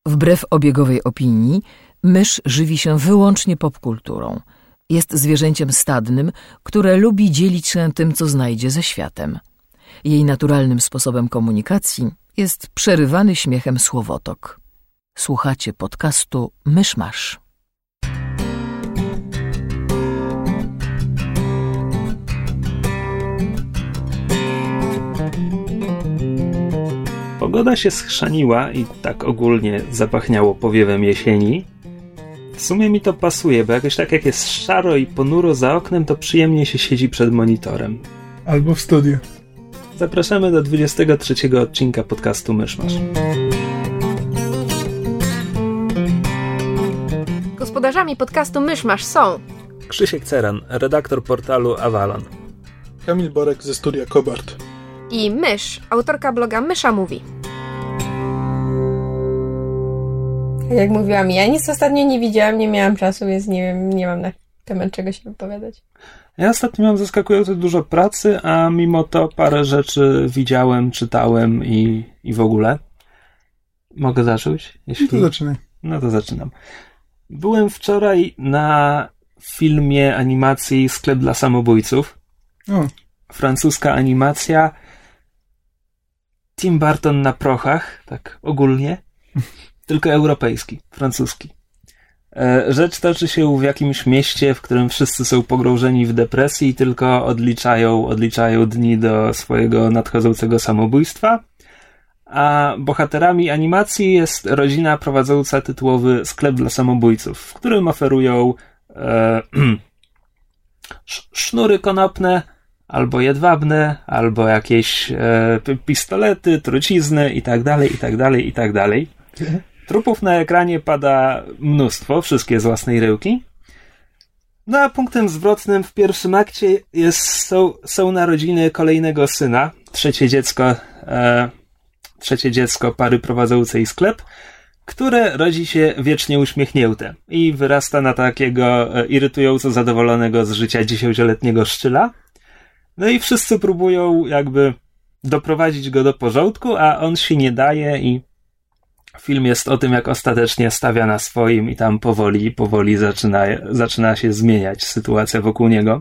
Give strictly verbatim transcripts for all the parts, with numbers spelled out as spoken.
Wbrew obiegowej opinii, mysz żywi się wyłącznie popkulturą. Jest zwierzęciem stadnym, które lubi dzielić się tym, co znajdzie ze światem. Jej naturalnym sposobem komunikacji jest przerywany śmiechem słowotok. Słuchacie podcastu Mysz Masz. Pogoda się schrzaniła i tak ogólnie zapachniało powiewem jesieni. W sumie mi to pasuje, bo jakoś tak jak jest szaro i ponuro za oknem, to przyjemnie się siedzi przed monitorem. Albo w studiu. Zapraszamy do dwudziestego trzeciego odcinka podcastu Mysz Masz. Gospodarzami podcastu Mysz Masz są Krzysiek Ceran, redaktor portalu Avalon. Kamil Borek ze studia Kobart. i Mysz, autorka bloga Mysza Mówi. Jak mówiłam, ja nic ostatnio nie widziałam, nie miałam czasu, więc nie wiem, nie mam na temat czego się wypowiadać. Ja ostatnio miałem zaskakująco dużo pracy, a mimo to parę rzeczy widziałem, czytałem i, i w ogóle. Mogę zacząć? Jeśli... No to zaczynaj. No to zaczynam. Byłem wczoraj na filmie animacji Sklep dla samobójców. O. Francuska animacja. Tim Burton na prochach, tak ogólnie. Tylko europejski, francuski. Rzecz toczy się w jakimś mieście, w którym wszyscy są pogrążeni w depresji i tylko odliczają, odliczają dni do swojego nadchodzącego samobójstwa. A bohaterami animacji jest rodzina prowadząca tytułowy Sklep dla samobójców, w którym oferują e, sznury konopne, albo jedwabne, albo jakieś e, pistolety, trucizny i tak dalej, i tak dalej, i tak dalej. Trupów na ekranie pada mnóstwo, wszystkie z własnej ryłki. No a punktem zwrotnym w pierwszym akcie jest, są, są narodziny kolejnego syna, trzecie dziecko, e, trzecie dziecko pary prowadzącej sklep, które rodzi się wiecznie uśmiechnięte i wyrasta na takiego e, irytująco zadowolonego z życia dziesięcioletniego szczyla. No i wszyscy próbują jakby doprowadzić go do porządku, a on się nie daje i film jest o tym, jak ostatecznie stawia na swoim i tam powoli, powoli zaczyna, zaczyna się zmieniać sytuacja wokół niego.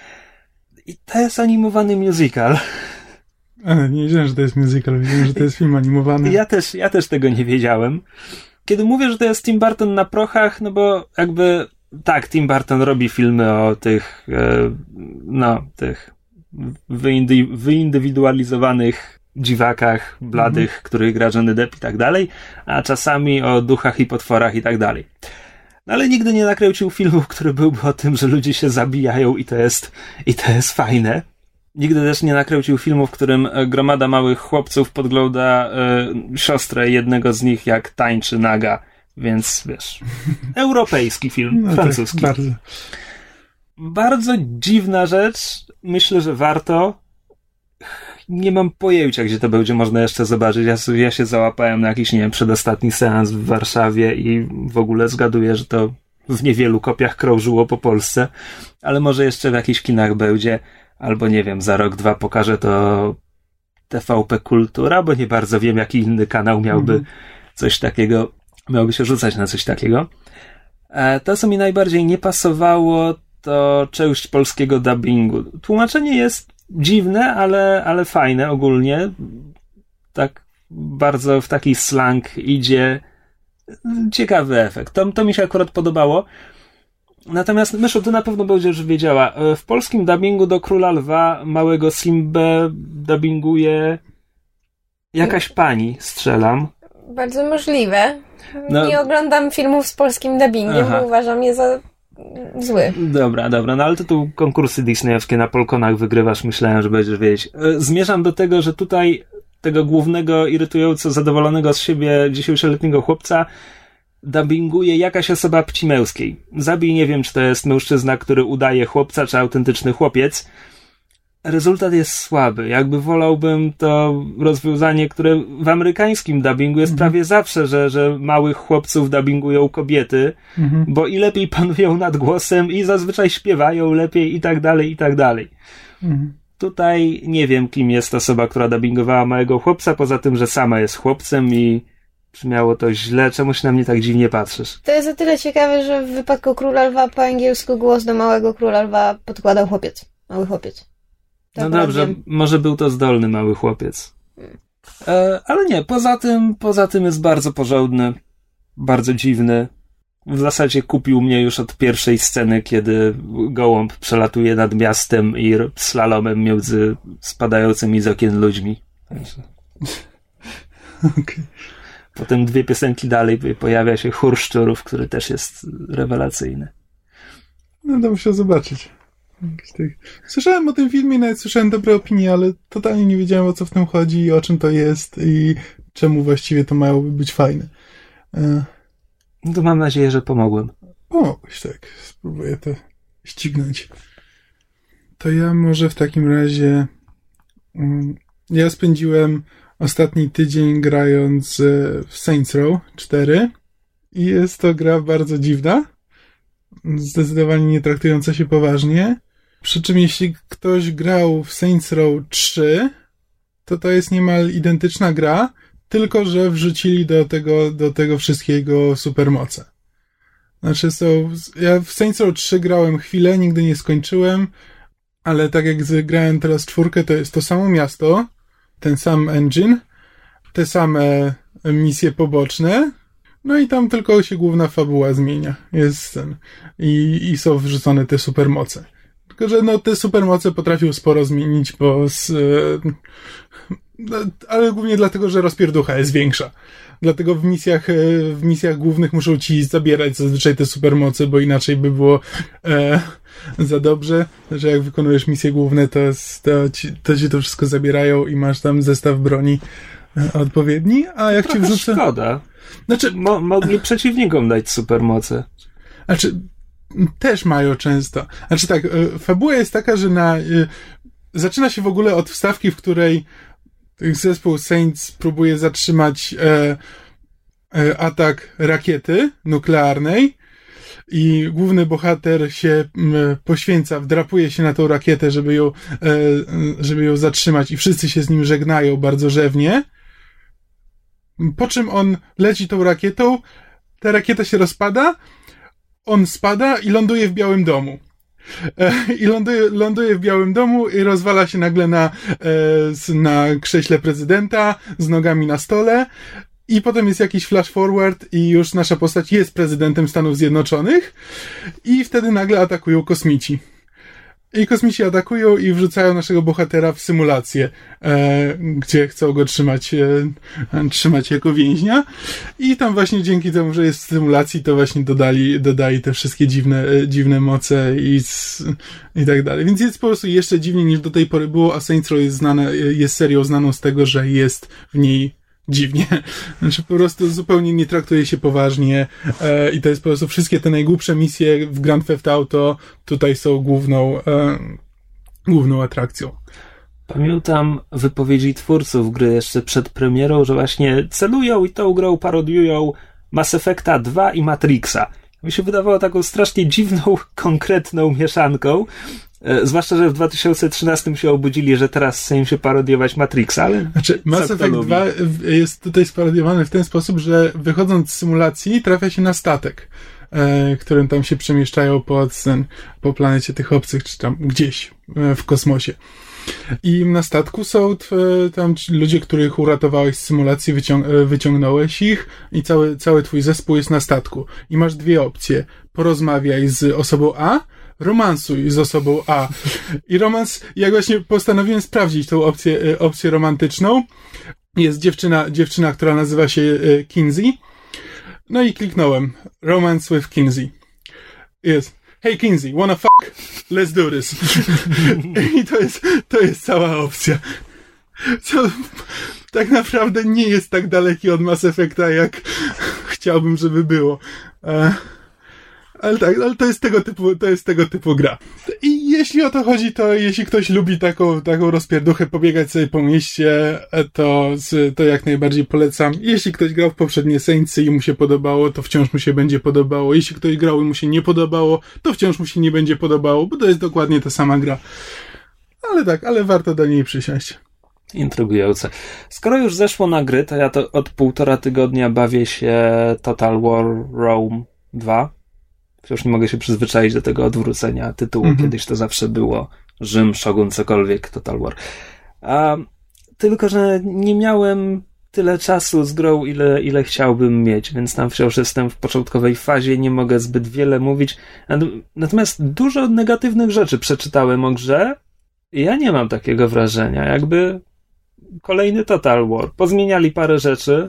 I to jest animowany musical. Ale nie wiedziałem, że to jest musical, wiedziałem, że to jest film animowany. Ja też, ja też tego nie wiedziałem. Kiedy mówię, że to jest Tim Burton na prochach, no bo jakby tak, Tim Burton robi filmy o tych no, tych wyindy, wyindywidualizowanych dziwakach, bladych, mhm. których gra Johnny Depp i tak dalej, a czasami o duchach i potworach i tak dalej. No ale nigdy nie nakręcił filmu, który byłby o tym, że ludzie się zabijają i to jest, i to jest fajne. Nigdy też nie nakręcił filmu, w którym gromada małych chłopców podgląda y, siostrę jednego z nich, jak tańczy naga. Więc wiesz, europejski film, no francuski. Tak, bardzo. Bardzo dziwna rzecz. Myślę, że warto. Nie mam pojęcia, gdzie to będzie można jeszcze zobaczyć. Ja, sobie, ja się załapałem na jakiś, nie wiem, przedostatni seans w Warszawie i w ogóle zgaduję, że to w niewielu kopiach krążyło po Polsce, ale może jeszcze w jakichś kinach będzie, albo nie wiem, za rok, dwa pokaże to T V P Kultura, bo nie bardzo wiem, jaki inny kanał miałby mm. coś takiego, miałby się rzucać na coś takiego. E, to, co mi najbardziej nie pasowało, to część polskiego dubbingu. Tłumaczenie jest dziwne, ale, ale fajne ogólnie. Tak bardzo w taki slang idzie. Ciekawy efekt. To, to mi się akurat podobało. Natomiast Myszu, ty na pewno będziesz wiedziała. W polskim dubbingu do Króla Lwa małego Simbę dubbinguje jakaś pani, strzelam. Bardzo możliwe. No. Nie oglądam filmów z polskim dubbingiem, Aha. bo uważam je za zły. Dobra, dobra, no ale ty tu konkursy disneyowskie na Polkonach wygrywasz, myślałem, że będziesz wiedzieć. Zmierzam do tego, że tutaj tego głównego, irytująco zadowolonego z siebie dziesięcioletniego chłopca dubbinguje jakaś osoba płci męskiej. Zabij, nie wiem, czy to jest mężczyzna, który udaje chłopca, czy autentyczny chłopiec. Rezultat jest słaby. Jakby wolałbym to rozwiązanie, które w amerykańskim dubbingu jest mhm. prawie zawsze, że, że małych chłopców dubbingują kobiety, mhm. bo i lepiej panują nad głosem i zazwyczaj śpiewają lepiej i tak dalej, i tak dalej. Mhm. Tutaj nie wiem, kim jest osoba, która dubbingowała małego chłopca, poza tym, że sama jest chłopcem i Brzmiało to źle, czemuś na mnie tak dziwnie patrzysz? To jest o tyle ciekawe, że w wypadku Króla Lwa po angielsku głos do małego Króla Lwa podkładał chłopiec. Mały chłopiec. No dobrze, wiem. Może był to zdolny mały chłopiec. Hmm. E, ale nie, poza tym, poza tym jest bardzo porządny, bardzo dziwny. W zasadzie kupił mnie już od pierwszej sceny, kiedy gołąb przelatuje nad miastem i slalomem między spadającymi z okien ludźmi. Okay. Potem dwie piosenki dalej pojawia się chór szczurów, który też jest rewelacyjny. No to muszę zobaczyć. Słyszałem o tym filmie, nawet słyszałem dobre opinie, ale totalnie nie wiedziałem, o co w tym chodzi i o czym to jest i czemu właściwie to miałoby być fajne. No to mam nadzieję, że pomogłem. Pomogłeś, tak. Spróbuję to ścignąć. To ja może w takim razie... Um, ja spędziłem ostatni tydzień grając w Saints Row cztery i jest to gra bardzo dziwna. Zdecydowanie nie traktująca się poważnie. Przy czym jeśli ktoś grał w Saints Row trzy, to to jest niemal identyczna gra, tylko że wrzucili do tego, do tego wszystkiego supermoce. Znaczy są... Ja w Saints Row trzy grałem chwilę, nigdy nie skończyłem, ale tak jak grałem teraz czwórkę, to jest to samo miasto, ten sam engine, te same misje poboczne, no i tam tylko się główna fabuła zmienia. Jest ten. I, i są wrzucone te supermoce. Tylko że no te supermoce potrafią sporo zmienić, bo z, no, ale głównie dlatego, że rozpierducha jest większa. Dlatego w misjach, w misjach głównych muszą ci zabierać zazwyczaj te supermoce, bo inaczej by było e, za dobrze, że jak wykonujesz misje główne, to, to, ci, to ci to wszystko zabierają i masz tam zestaw broni e, odpowiedni, a jak ci wrzucę... szkoda. Znaczy... Mo- mogli przeciwnikom dać supermoce. Znaczy, też mają często. Znaczy tak, e, fabuła jest taka, że na... E, zaczyna się w ogóle od wstawki, w której zespół Saints próbuje zatrzymać e, e, atak rakiety nuklearnej i główny bohater się m, poświęca, wdrapuje się na tą rakietę, żeby ją, e, żeby ją zatrzymać i wszyscy się z nim żegnają bardzo rzewnie. Po czym on leci tą rakietą, ta rakieta się rozpada, on spada i ląduje w Białym Domu. I ląduje, ląduje w Białym Domu i rozwala się nagle na, na krześle prezydenta z nogami na stole i potem jest jakiś flash forward i już nasza postać jest prezydentem Stanów Zjednoczonych i wtedy nagle atakują kosmici. I kosmici atakują i wrzucają naszego bohatera w symulację, e, gdzie chcą go trzymać, e, trzymać jako więźnia. I tam właśnie dzięki temu, że jest w symulacji, to właśnie dodali, dodali te wszystkie dziwne, e, dziwne moce i, i tak dalej. Więc jest po prostu jeszcze dziwniej niż do tej pory było, a Saints Row jest znane, jest serią znaną z tego, że jest w niej dziwnie. Znaczy po prostu zupełnie nie traktuje się poważnie e, i to jest po prostu wszystkie te najgłupsze misje w Grand Theft Auto tutaj są główną e, główną atrakcją. Pamiętam wypowiedzi twórców gry jeszcze przed premierą, że właśnie celują i tą grą parodiują Mass Effecta dwa i Matrixa. Mi się wydawało taką strasznie dziwną, konkretną mieszanką. Zwłaszcza, że w dwa tysiące trzynastym się obudzili, że teraz chcą im się parodiować Matrixa, ale... Znaczy, Mass Effect dwa jest tutaj sparodiowany w ten sposób, że wychodząc z symulacji trafia się na statek, e, którym tam się przemieszczają po, ten, po planecie tych obcych, czy tam gdzieś e, w kosmosie. I na statku są tw, tam ci ludzie, których uratowałeś z symulacji, wyciąg- wyciągnąłeś ich i cały, cały twój zespół jest na statku. I masz dwie opcje. Porozmawiaj z osobą A, romansuj z osobą A. I romans, jak właśnie postanowiłem sprawdzić tą opcję, opcję romantyczną, jest dziewczyna, dziewczyna, która nazywa się Kinsey. No i kliknąłem. Romance with Kinsey. Jest. Hey Kinsey, wanna fuck? Let's do this. I to jest, to jest cała opcja. Co tak naprawdę nie jest tak daleki od Mass Effecta, jak chciałbym, żeby było. E, ale tak, ale to jest tego typu, to jest tego typu gra. I jeśli o to chodzi, to jeśli ktoś lubi taką, taką rozpierduchę, pobiegać sobie po mieście, to, to jak najbardziej polecam. Jeśli ktoś grał w poprzednie Saintsy i mu się podobało, to wciąż mu się będzie podobało. Jeśli ktoś grał i mu się nie podobało, to wciąż mu się nie będzie podobało, bo to jest dokładnie ta sama gra. Ale tak, ale warto do niej przysiąść. Intrygujące. Skoro już zeszło na gry, to ja to od półtora tygodnia bawię się Total War Rome dwa. Wciąż nie mogę się przyzwyczaić do tego odwrócenia tytułu. Mhm. Kiedyś to zawsze było Rzym, Shogun, cokolwiek, Total War. A, tylko, że nie miałem tyle czasu z grą, ile, ile chciałbym mieć, więc tam wciąż jestem w początkowej fazie, nie mogę zbyt wiele mówić. Natomiast dużo negatywnych rzeczy przeczytałem o grze i ja nie mam takiego wrażenia, jakby kolejny Total War. Pozmieniali parę rzeczy,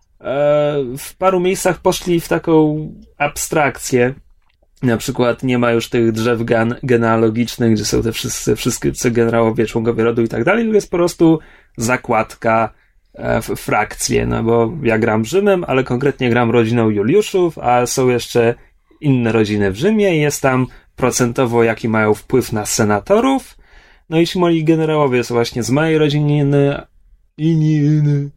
w paru miejscach poszli w taką abstrakcję. Na przykład nie ma już tych drzew gen- genealogicznych, gdzie są te wszyscy, wszyscy generałowie, członkowie rodu i tak dalej, tylko jest po prostu zakładka, e, frakcje, no bo ja gram Rzymem, ale konkretnie gram rodziną Juliuszów, a są jeszcze inne rodziny w Rzymie i jest tam procentowo jaki mają wpływ na senatorów. No i ci moi generałowie są właśnie z mojej rodziny, inni,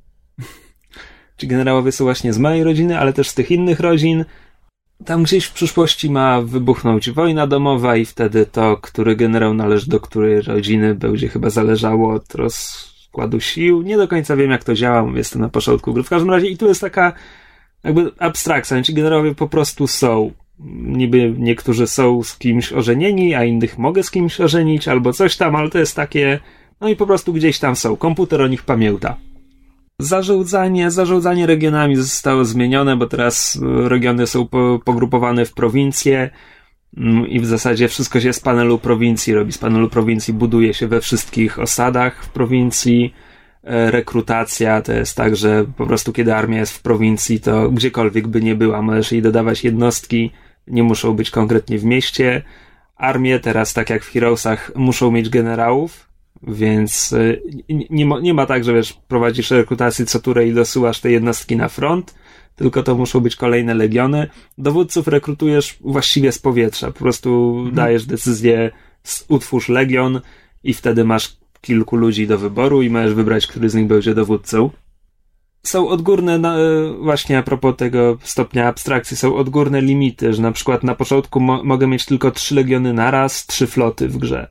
ci generałowie są właśnie z mojej rodziny, ale też z tych innych rodzin. Tam gdzieś w przyszłości ma wybuchnąć wojna domowa i wtedy to, który generał należy do której rodziny, będzie chyba zależało od rozkładu sił. Nie do końca wiem, jak to działa, mówię, jestem na początku gry. W każdym razie i tu jest taka jakby abstrakcja. Ci generałowie po prostu są. Niby niektórzy są z kimś ożenieni, a innych mogę z kimś ożenić albo coś tam, ale to jest takie, no i po prostu gdzieś tam są. Komputer o nich pamięta. Zarządzanie, zarządzanie regionami zostało zmienione, bo teraz regiony są po, pogrupowane w prowincje i w zasadzie wszystko się z panelu prowincji robi. Z panelu prowincji buduje się we wszystkich osadach w prowincji. Rekrutacja to jest tak, że po prostu kiedy armia jest w prowincji, to gdziekolwiek by nie była, możesz jej dodawać jednostki, nie muszą być konkretnie w mieście. Armie teraz, tak jak w Heroesach, muszą mieć generałów, więc nie ma, nie ma tak, że wiesz, prowadzisz rekrutację co turę i dosyłasz te jednostki na front, tylko to muszą być kolejne legiony. Dowódców rekrutujesz właściwie z powietrza, po prostu mhm. dajesz decyzję, utwórz legion i wtedy masz kilku ludzi do wyboru i możesz wybrać, który z nich będzie dowódcą. Są odgórne, na, właśnie a propos tego stopnia abstrakcji, są odgórne limity, że na przykład na początku mo- mogę mieć tylko trzy legiony naraz, trzy floty w grze.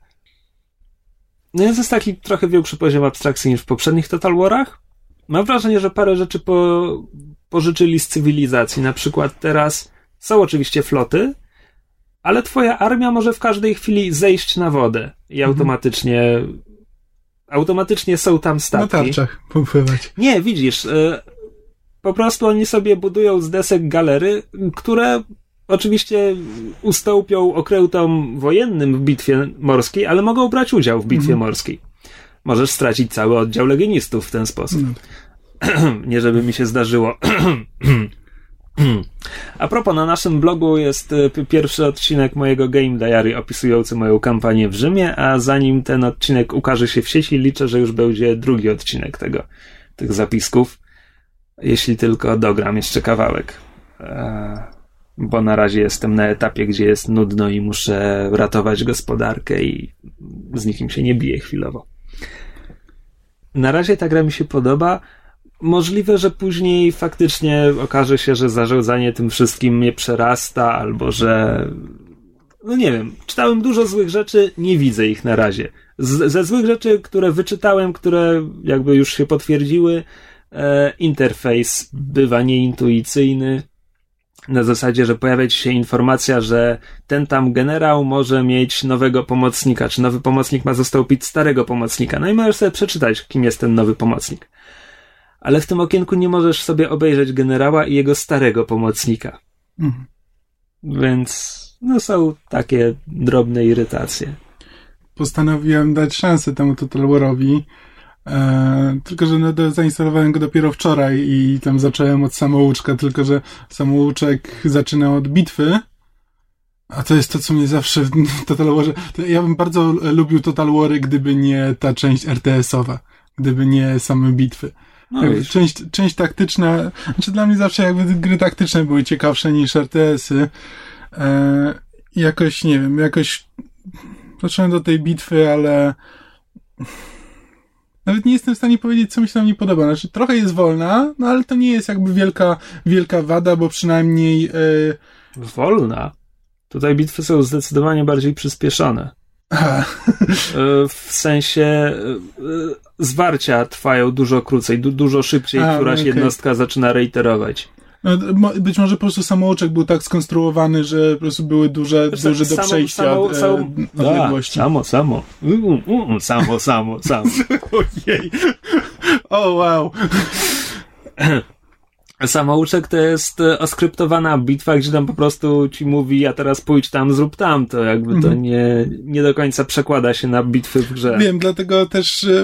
No jest to taki trochę większy poziom abstrakcji niż w poprzednich Total Warach. Mam wrażenie, że parę rzeczy po, pożyczyli z cywilizacji. Na przykład teraz są oczywiście floty, ale twoja armia może w każdej chwili zejść na wodę i mhm. automatycznie automatycznie są tam statki. Na tarczach popływać. Nie, widzisz, y, po prostu oni sobie budują z desek galery, które oczywiście ustąpią okrętom wojennym w bitwie morskiej, ale mogą brać udział w bitwie mhm. morskiej. Możesz stracić cały oddział legionistów w ten sposób. No. Nie, żeby mi się zdarzyło. A propos, na naszym blogu jest pierwszy odcinek mojego Game Diary opisujący moją kampanię w Rzymie, a zanim ten odcinek ukaże się w sieci, liczę, że już będzie drugi odcinek tego, tych zapisków. Jeśli tylko dogram jeszcze kawałek. Bo na razie jestem na etapie, gdzie jest nudno i muszę ratować gospodarkę i z nikim się nie biję chwilowo. Na razie ta gra mi się podoba. Możliwe, że później faktycznie okaże się, że zarządzanie tym wszystkim mnie przerasta, albo że... No nie wiem, czytałem dużo złych rzeczy, nie widzę ich na razie. Z, ze złych rzeczy, które wyczytałem, które jakby już się potwierdziły, e, interfejs bywa nieintuicyjny. Na zasadzie, że pojawia ci się informacja, że ten tam generał może mieć nowego pomocnika, czy nowy pomocnik ma zastąpić starego pomocnika. No i możesz sobie przeczytać, kim jest ten nowy pomocnik. Ale w tym okienku nie możesz sobie obejrzeć generała i jego starego pomocnika. Mhm. Więc no są takie drobne irytacje. Postanowiłem dać szansę temu Total Warowi, e, tylko że no, zainstalowałem go dopiero wczoraj i tam zacząłem od samouczka, tylko że samouczek zaczynał od bitwy, a to jest to, co mnie zawsze w Total Warze... Ja bym bardzo lubił Total Wary, gdyby nie ta część er te esowa, gdyby nie same bitwy. No część, część taktyczna, znaczy dla mnie zawsze jakby gry taktyczne były ciekawsze niż er te esy. E, jakoś, nie wiem, jakoś doszedłem do tej bitwy, ale nawet nie jestem w stanie powiedzieć, co mi się tam nie podoba. Znaczy trochę jest wolna, no ale to nie jest jakby wielka, wielka wada, bo przynajmniej... E... Wolna? Tutaj bitwy są zdecydowanie bardziej przyspieszone. W sensie zwarcia trwają dużo krócej, du- dużo szybciej, A, któraś okay. jednostka zaczyna reiterować. No, być może po prostu samouczek był tak skonstruowany, że po prostu były duże, duże do samo, przejścia samo, od, samo, e, odległości. Samo, samo. Mm, mm, samo, samo, samo. Ojej. O, wow. Samouczek to jest oskryptowana bitwa, gdzie tam po prostu ci mówi, a teraz pójdź tam, zrób tam. To jakby to mhm. nie, nie do końca przekłada się na bitwy w grze. Wiem, dlatego też e,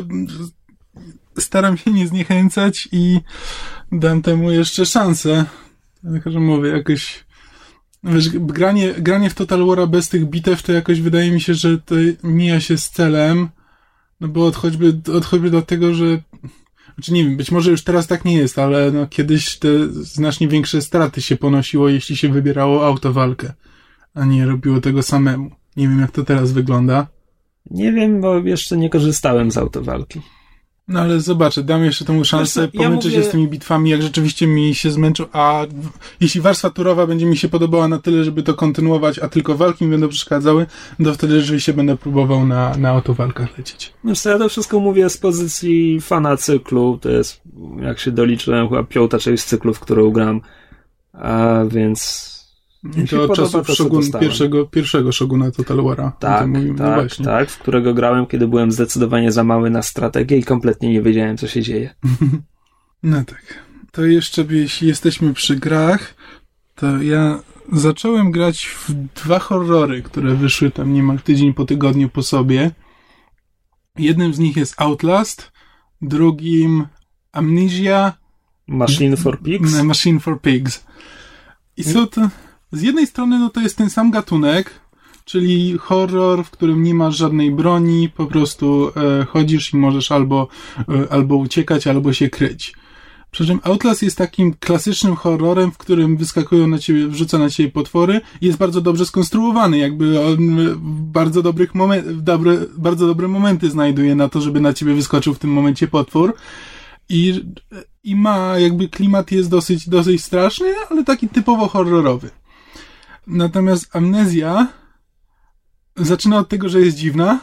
staram się nie zniechęcać i dam temu jeszcze szansę. Tak, że mówię, jakoś wiesz, granie, granie w Total War'a bez tych bitew to jakoś wydaje mi się, że to mija się z celem, no bo od choćby, od choćby dlatego, że znaczy nie wiem, być może już teraz tak nie jest, ale no kiedyś te znacznie większe straty się ponosiło, jeśli się wybierało autowalkę, a nie robiło tego samemu. Nie wiem, jak to teraz wygląda. Nie wiem, bo jeszcze nie korzystałem z autowalki. No ale zobaczę, dam jeszcze temu szansę, Wiesz, pomęczę ja mówię... się z tymi bitwami, jak rzeczywiście mi się zmęczył, a jeśli warstwa turowa będzie mi się podobała na tyle, żeby to kontynuować, a tylko walki mi będą przeszkadzały, to wtedy rzeczywiście będę próbował na, na autowalkach lecieć. Wiesz co, ja to wszystko mówię z pozycji fana cyklu, to jest, jak się doliczyłem, chyba piąta część z cyklu, w którą gram, a więc... I to od czasów to, Shogun, pierwszego, pierwszego Shoguna Total War'a. Tak, mówimy, tak, no tak, w którego grałem, kiedy byłem zdecydowanie za mały na strategię i kompletnie nie wiedziałem, co się dzieje. No tak. To jeszcze, jeśli jesteśmy przy grach, to ja zacząłem grać w dwa horrory, które wyszły tam niemal tydzień po tygodniu po sobie. Jednym z nich jest Outlast, drugim Amnesia. Machine for Pigs? Machine for Pigs. I są to... Z jednej strony no to jest ten sam gatunek, czyli horror, w którym nie masz żadnej broni, po prostu e, chodzisz i możesz albo, e, albo uciekać, albo się kryć. Przy czym Outlast jest takim klasycznym horrorem, w którym wyskakują na ciebie, wrzuca na ciebie potwory i jest bardzo dobrze skonstruowany, jakby on w bardzo dobrych momentach, dobre, bardzo dobre momenty znajduje na to, żeby na ciebie wyskoczył w tym momencie potwór. I, i ma, jakby klimat jest dosyć, dosyć straszny, ale taki typowo horrorowy. Natomiast Amnesia zaczyna od tego, że jest dziwna.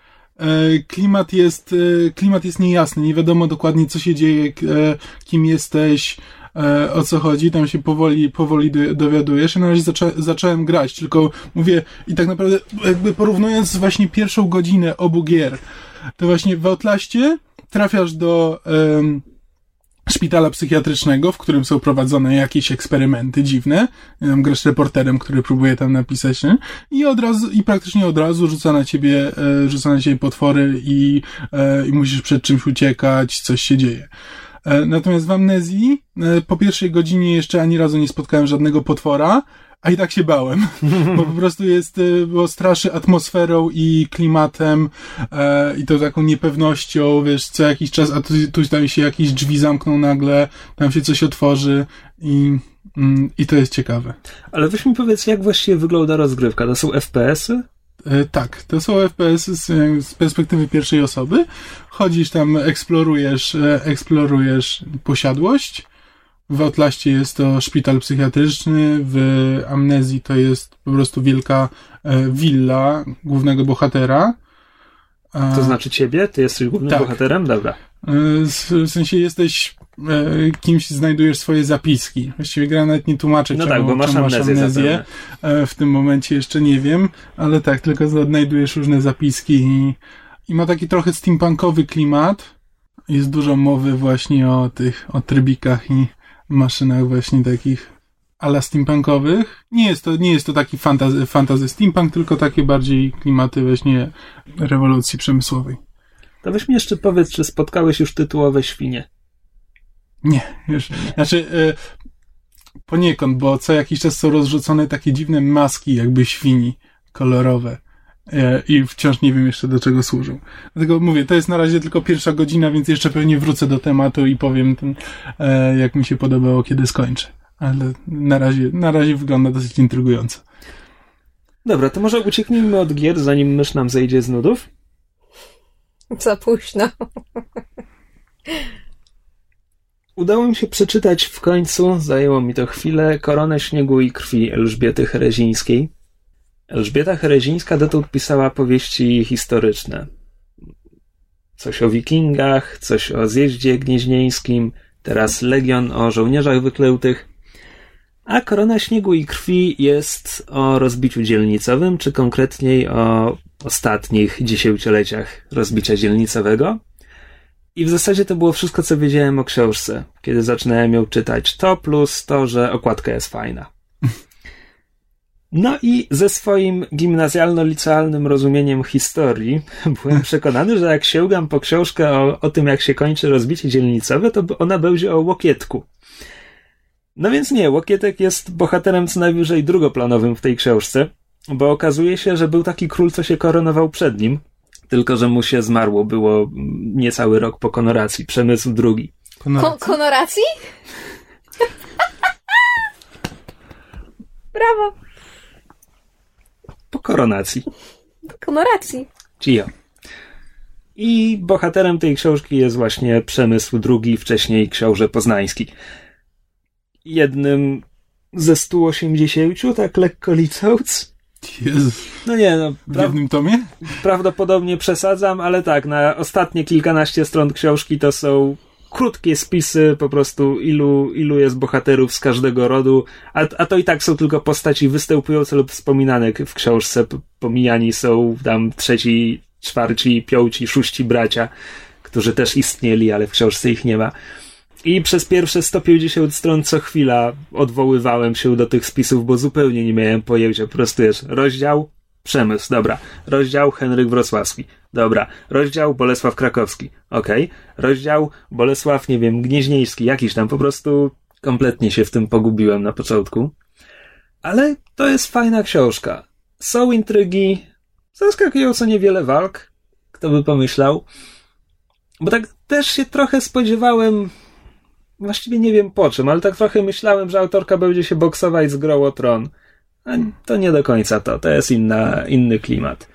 Klimat jest, klimat jest niejasny, nie wiadomo dokładnie, co się dzieje, kim jesteś, o co chodzi, tam się powoli, powoli dowiadujesz. Ja na razie zaczą, zacząłem grać, tylko mówię, i tak naprawdę jakby porównując właśnie pierwszą godzinę obu gier, to właśnie w Outlaście trafiasz do um, szpitala psychiatrycznego, w którym są prowadzone jakieś eksperymenty dziwne. Um, grasz reporterem, który próbuje tam napisać, nie? I od razu, i praktycznie od razu rzuca na ciebie, e, rzuca na ciebie potwory i, e, i musisz przed czymś uciekać, coś się dzieje. E, natomiast w Amnezji e, po pierwszej godzinie jeszcze ani razu nie spotkałem żadnego potwora, a i tak się bałem, bo po prostu jest, bo straszy atmosferą i klimatem e, i to taką niepewnością, wiesz, co jakiś czas, a tu, tu tam się jakieś drzwi zamkną nagle, tam się coś otworzy i, mm, i to jest ciekawe. Ale weź mi powiedz, jak właściwie wygląda rozgrywka? To są F P S y? E, tak, to są F P S y z, z perspektywy pierwszej osoby. Chodzisz tam, eksplorujesz, e, eksplorujesz posiadłość. W Outlaście jest to szpital psychiatryczny, w Amnezji to jest po prostu wielka e, willa głównego bohatera. E, to znaczy ciebie? Ty jesteś głównym tak. bohaterem? Dobra. E, w sensie jesteś e, kimś, znajdujesz swoje zapiski. Właściwie gra nawet nie tłumaczy, no czemu, tak, bo masz czemu amnezję. masz amnezję. E, w tym momencie jeszcze nie wiem, ale tak, tylko odnajdujesz różne zapiski i, i ma taki trochę steampunkowy klimat. Jest dużo mowy właśnie o tych, o trybikach i maszynach właśnie takich ala steampunkowych. Nie jest to, nie jest to taki fantazy, fantazy steampunk, tylko takie bardziej klimaty właśnie rewolucji przemysłowej. To weź mi jeszcze powiedz, czy spotkałeś już tytułowe świnie? Nie, już. Znaczy e, poniekąd, bo co jakiś czas są rozrzucone takie dziwne maski jakby świni kolorowe. I wciąż nie wiem jeszcze, do czego służą. Dlatego mówię, to jest na razie tylko pierwsza godzina, więc jeszcze pewnie wrócę do tematu i powiem, ten, e, jak mi się podobało, kiedy skończę. Ale na razie, na razie wygląda dosyć intrygująco. Dobra, to może ucieknijmy od gier, zanim mysz nam zejdzie z nudów. Za późno. Udało mi się przeczytać w końcu, zajęło mi to chwilę, Koronę śniegu i krwi Elżbiety Herezińskiej. Elżbieta Herezińska dotąd pisała powieści historyczne. Coś o wikingach, coś o zjeździe gnieźnieńskim, teraz Legion o żołnierzach wyklętych. A Korona śniegu i krwi jest o rozbiciu dzielnicowym, czy konkretniej o ostatnich dziesięcioleciach rozbicia dzielnicowego. I w zasadzie to było wszystko, co wiedziałem o książce, kiedy zaczynałem ją czytać. To plus to, że okładka jest fajna. No i ze swoim gimnazjalno-licealnym rozumieniem historii byłem przekonany, że jak sięgam po książkę o, o tym, jak się kończy rozbicie dzielnicowe, to ona będzie o Łokietku. No więc nie, Łokietek jest bohaterem co najwyżej drugoplanowym w tej książce, bo okazuje się, że był taki król, co się koronował przed nim, tylko że mu się zmarło, było niecały rok po konoracji, Przemysł drugi. Ko- konoracji? Brawo! Po koronacji. Po konoracji. Cio. I bohaterem tej książki jest właśnie Przemysł drugi, wcześniej książę poznański. Jednym ze stu osiemdziesięciu, tak lekko licząc. Jezus. No nie, no. W jednym tomie? Prawdopodobnie przesadzam, ale tak, na ostatnie kilkanaście stron książki to są krótkie spisy, po prostu ilu, ilu jest bohaterów z każdego rodu, a, a to i tak są tylko postaci występujące lub wspominane w książce. Pomijani są tam trzeci, czwarci, piąci, szóści bracia, którzy też istnieli, ale w książce ich nie ma. I przez pierwsze sto pięćdziesiąt stron co chwila odwoływałem się do tych spisów, bo zupełnie nie miałem pojęcia. Po prostu jest rozdział Przemysł, dobra. Rozdział Henryk Wrocławski, dobra. Rozdział Bolesław Krakowski, okej. Okay. Rozdział Bolesław, nie wiem, Gnieźnieński, jakiś tam. Po prostu kompletnie się w tym pogubiłem na początku. Ale to jest fajna książka. Są intrygi, zaskakująco niewiele walk. Kto by pomyślał. Bo tak też się trochę spodziewałem, właściwie nie wiem po czym, ale tak trochę myślałem, że autorka będzie się boksować z Grą o Tron. A to nie do końca to, to jest inna, inny klimat.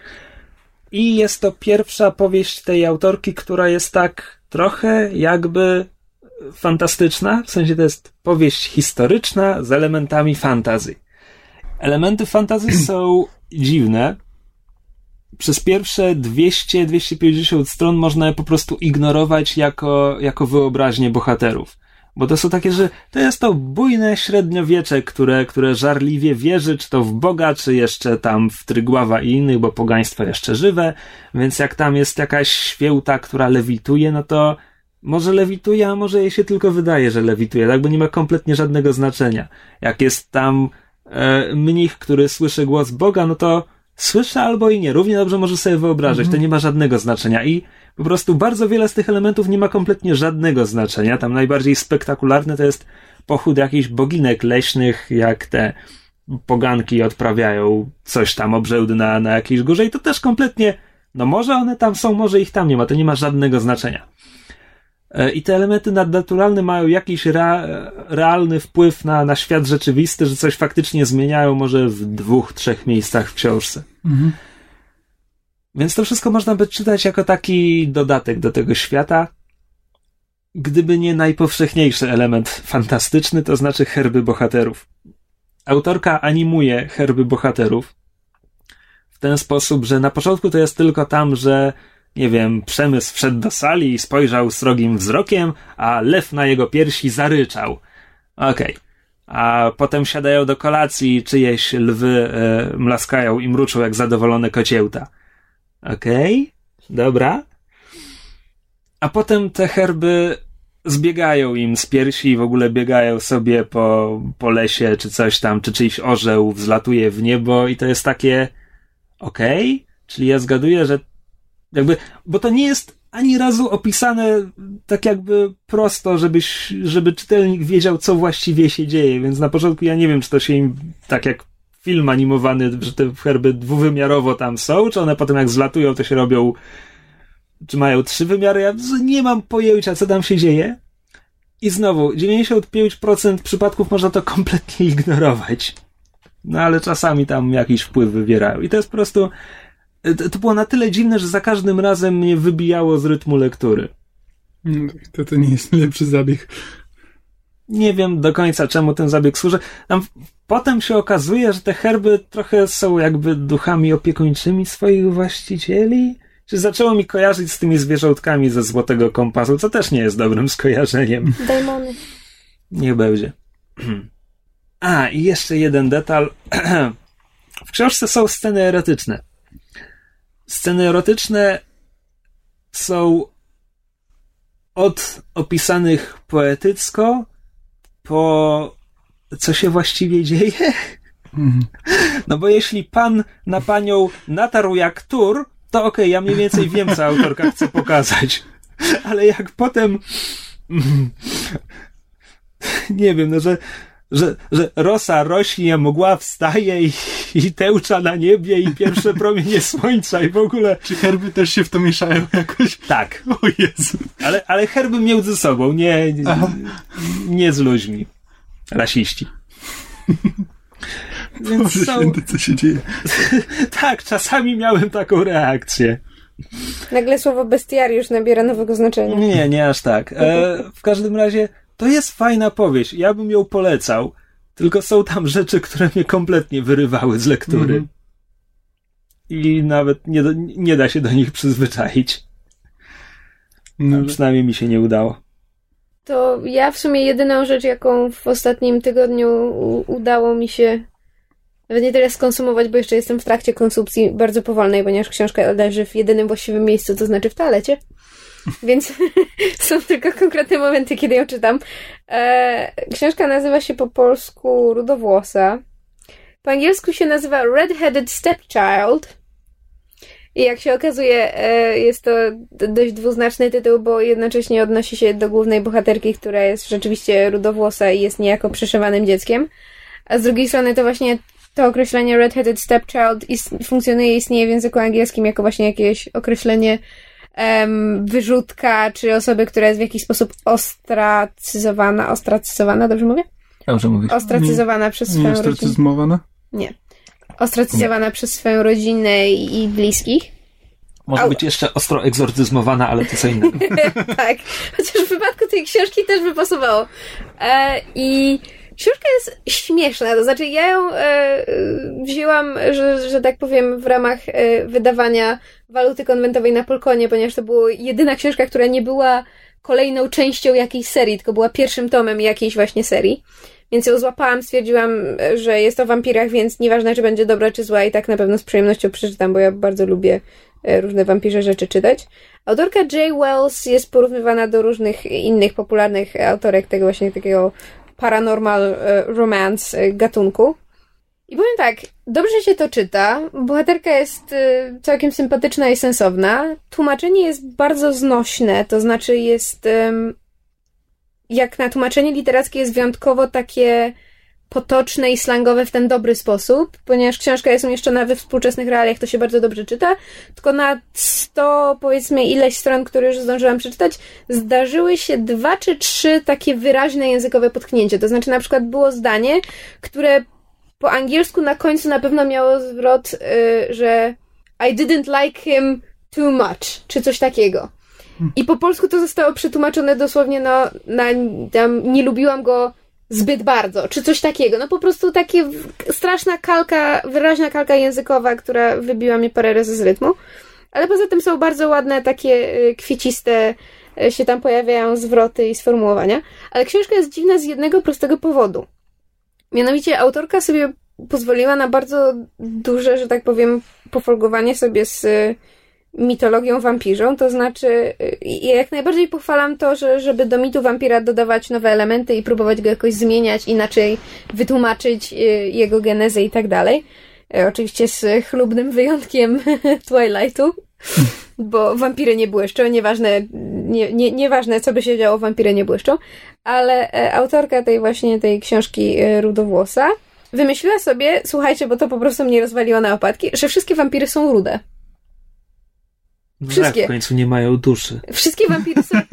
I jest to pierwsza powieść tej autorki, która jest tak trochę jakby fantastyczna, w sensie to jest powieść historyczna z elementami fantasy. Elementy fantasy są dziwne. Przez pierwsze dwieście do dwustu pięćdziesięciu stron można je po prostu ignorować jako, jako wyobraźnię bohaterów. Bo to są takie, że to jest to bujne średniowiecze, które, które żarliwie wierzy, czy to w Boga, czy jeszcze tam w Trygława i innych, bo pogaństwo jeszcze żywe, więc jak tam jest jakaś święta, która lewituje, no to może lewituje, a może jej się tylko wydaje, że lewituje, tak, bo nie ma kompletnie żadnego znaczenia. Jak jest tam e, mnich, który słyszy głos Boga, no to słyszę albo i nie. Równie dobrze może sobie wyobrażać. To nie ma żadnego znaczenia. I po prostu bardzo wiele z tych elementów nie ma kompletnie żadnego znaczenia. Tam najbardziej spektakularny to jest pochód jakichś boginek leśnych, jak te poganki odprawiają coś tam, obrzędy na, na jakiejś górze. I to też kompletnie, no może one tam są, może ich tam nie ma. To nie ma żadnego znaczenia. I te elementy nadnaturalne mają jakiś rea, realny wpływ na, na świat rzeczywisty, że coś faktycznie zmieniają może w dwóch, trzech miejscach w książce. Mhm. Więc to wszystko można by czytać jako taki dodatek do tego świata, gdyby nie najpowszechniejszy element fantastyczny, to znaczy herby bohaterów. Autorka animuje herby bohaterów w ten sposób, że na początku to jest tylko tam, że nie wiem, Przemysł wszedł do sali i spojrzał srogim wzrokiem, a lew na jego piersi zaryczał. Okej. Okay. A potem siadają do kolacji, czyjeś lwy e, mlaskają i mruczą jak zadowolone kociełta. Okej, okay. Dobra. A potem te herby zbiegają im z piersi i w ogóle biegają sobie po, po lesie czy coś tam, czy czyjś orzeł wzlatuje w niebo i to jest takie okej, okay. Czyli ja zgaduję, że jakby, bo to nie jest ani razu opisane tak jakby prosto, żebyś, żeby czytelnik wiedział, co właściwie się dzieje, więc na początku ja nie wiem, czy to się im, tak jak film animowany, że te herby dwuwymiarowo tam są, czy one potem jak zlatują, to się robią, czy mają trzy wymiary, ja nie mam pojęcia, co tam się dzieje. I znowu, dziewięćdziesiąt pięć procent przypadków można to kompletnie ignorować. No ale czasami tam jakiś wpływ wywierają. I to jest po prostu, to było na tyle dziwne, że za każdym razem mnie wybijało z rytmu lektury. To to nie jest lepszy zabieg. nie wiem do końca, czemu ten zabieg służy. Tam potem się okazuje, że te herby trochę są jakby duchami opiekuńczymi swoich właścicieli. Czy zaczęło mi kojarzyć z tymi zwierzątkami ze Złotego Kompasu, co też nie jest dobrym skojarzeniem. Dajmony. Niech będzie. A, i jeszcze jeden detal. W książce są sceny erotyczne. Sceny erotyczne są od opisanych poetycko po co się właściwie dzieje? No bo jeśli pan na panią natarł jak tur, to okej, okay, ja mniej więcej wiem, co autorka chce pokazać. Ale jak potem nie wiem, no że Że, że rosa rośnie, mgła wstaje i, i tełcza na niebie i pierwsze promienie słońca i w ogóle... Czy herby też się w to mieszają jakoś? Tak. O Jezu. Ale, ale herby między sobą, nie, nie, nie z ludźmi. Rasiści. Więc Boże są... święty, co się dzieje? Tak, czasami miałem taką reakcję. Nagle słowo bestiariusz nabiera nowego znaczenia. Nie, nie aż tak. E, w każdym razie to jest fajna powieść. Ja bym ją polecał. Tylko są tam rzeczy, które mnie kompletnie wyrywały z lektury. Mm. I nawet nie, do, nie da się do nich przyzwyczaić. No, przynajmniej mi się nie udało. To ja w sumie jedyną rzecz, jaką w ostatnim tygodniu u- udało mi się nawet nie tyle skonsumować, bo jeszcze jestem w trakcie konsumpcji bardzo powolnej, ponieważ książka leży w jedynym właściwym miejscu, to znaczy w toalecie. Więc są tylko konkretne momenty, kiedy ją czytam. E, książka nazywa się po polsku Rudowłosa. Po angielsku się nazywa Red-Headed Stepchild. I jak się okazuje, e, jest to dość dwuznaczny tytuł, bo jednocześnie odnosi się do głównej bohaterki, która jest rzeczywiście rudowłosa i jest niejako przeszywanym dzieckiem. A z drugiej strony to właśnie to określenie Red-Headed Stepchild ist- funkcjonuje, istnieje w języku angielskim jako właśnie jakieś określenie Um, wyrzutka, czy osoby, która jest w jakiś sposób ostracyzowana. Ostracyzowana, dobrze mówię? Dobrze mówisz. Ostracyzowana nie, przez nie swoją rodzinę. ostracyzmowana? Nie. Ostracyzowana nie. przez swoją rodzinę i, i bliskich. Może Au. być jeszcze ostro egzorcyzmowana, ale to co innego. Tak. Chociaż w wypadku tej książki też by pasowało. E, I książka jest śmieszna, to znaczy ja ją e, wzięłam, że, że tak powiem, w ramach e, wydawania Waluty Konwentowej na Polkonie, ponieważ to była jedyna książka, która nie była kolejną częścią jakiejś serii, tylko była pierwszym tomem jakiejś właśnie serii. Więc ją złapałam, stwierdziłam, że jest o wampirach, więc nieważne, czy będzie dobra, czy zła, i tak na pewno z przyjemnością przeczytam, bo ja bardzo lubię e, różne wampirze rzeczy czytać. Autorka J. Wells jest porównywana do różnych innych popularnych autorek tego właśnie takiego paranormal romance gatunku. I powiem tak, dobrze się to czyta, bohaterka jest całkiem sympatyczna i sensowna, tłumaczenie jest bardzo znośne, to znaczy jest, jak na tłumaczenie literackie, jest wyjątkowo takie potoczne i slangowe w ten dobry sposób, ponieważ książka jest umieszczona we współczesnych realiach, to się bardzo dobrze czyta, tylko na sto, powiedzmy, ileś stron, które już zdążyłam przeczytać, zdarzyły się dwa czy trzy takie wyraźne językowe potknięcia. To znaczy na przykład było zdanie, które po angielsku na końcu na pewno miało zwrot, yy, że I didn't like him too much, czy coś takiego. I po polsku to zostało przetłumaczone dosłownie no, na tam, nie lubiłam go zbyt bardzo, czy coś takiego. No po prostu takie straszna kalka, wyraźna kalka językowa, która wybiła mnie parę razy z rytmu. Ale poza tym są bardzo ładne, takie kwieciste, się tam pojawiają zwroty i sformułowania. Ale książka jest dziwna z jednego prostego powodu. Mianowicie autorka sobie pozwoliła na bardzo duże, że tak powiem, pofolgowanie sobie z mitologią wampirzą, to znaczy ja jak najbardziej pochwalam to, że żeby do mitu wampira dodawać nowe elementy i próbować go jakoś zmieniać, inaczej wytłumaczyć jego genezę i tak dalej. Oczywiście z chlubnym wyjątkiem Twilightu, bo wampiry nie błyszczą, nieważne, nie, nie, nieważne co by się działo, wampiry nie błyszczą, ale autorka tej właśnie tej książki Rudowłosa wymyśliła sobie, słuchajcie, bo to po prostu mnie rozwaliło na opadki, że wszystkie wampiry są rude. Wszystkie. No, w końcu nie mają duszy. Wszystkie wampiry są...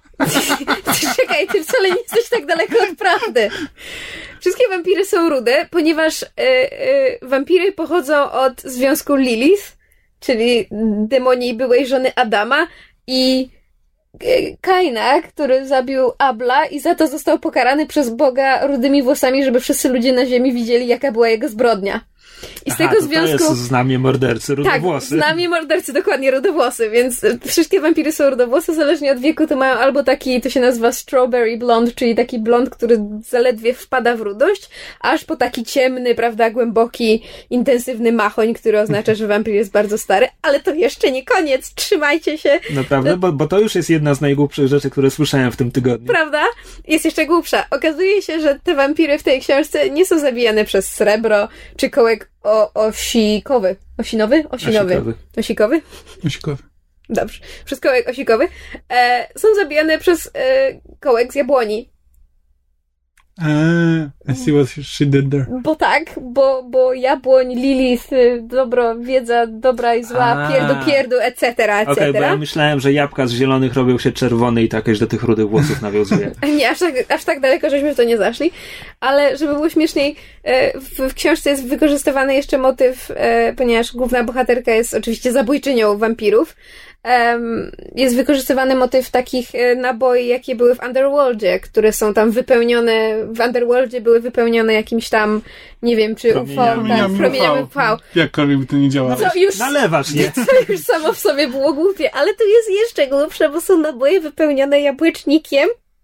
Czekaj, ty wcale nie jesteś tak daleko od prawdy. Wszystkie wampiry są rude, ponieważ y, y, wampiry pochodzą od związku Lilith, czyli demonii byłej żony Adama, i Kaina, który zabił Abla i za to został pokarany przez Boga rudymi włosami, żeby wszyscy ludzie na ziemi widzieli, jaka była jego zbrodnia. I z Aha, tego to związku... to jest znamie mordercy, rudowłosy. Tak, znamie mordercy, dokładnie, rudowłosy, więc wszystkie wampiry są rudowłosy, zależnie od wieku to mają albo taki, to się nazywa strawberry blond, czyli taki blond, który zaledwie wpada w rudość, aż po taki ciemny, prawda, głęboki, intensywny machoń, który oznacza, że wampir jest bardzo stary, ale to jeszcze nie koniec, trzymajcie się. Naprawdę, bo, bo to już jest jedna z najgłupszych rzeczy, które słyszałem w tym tygodniu. Prawda? Jest jeszcze głupsza. Okazuje się, że te wampiry w tej książce nie są zabijane przez srebro, czy kołek o, osikowy. Osinowy? Osinowy. Osikowy. Osikowy? Osikowy. Dobrze. Przez kołek osikowy. E, są zabijane przez e, kołek z jabłoni. Eee, I see what she did there. Bo tak, bo, bo jabłoń, Lilith, dobro, wiedza, dobra i zła, A. pierdu, pierdu, et cetera, et Okej, cetera. okay, bo ja myślałem, że jabłka z zielonych robią się czerwone i tak jakoś do tych rudych włosów nawiązuje. Nie, aż tak, aż tak daleko, żeśmy w to nie zaszli. Ale żeby było śmieszniej, w, w książce jest wykorzystywany jeszcze motyw, ponieważ główna bohaterka jest oczywiście zabójczynią wampirów, jest wykorzystywany motyw takich naboi, jakie były w Underworldzie, które są tam wypełnione, w Underworldzie były wypełnione jakimś tam, nie wiem, czy U V, tak, promieniami U V. Jakkolwiek by to nie działało. Co już, nalewasz, nie? co już samo w sobie było głupie, ale tu jest jeszcze głupsze, bo są naboje wypełnione jabłecznikiem.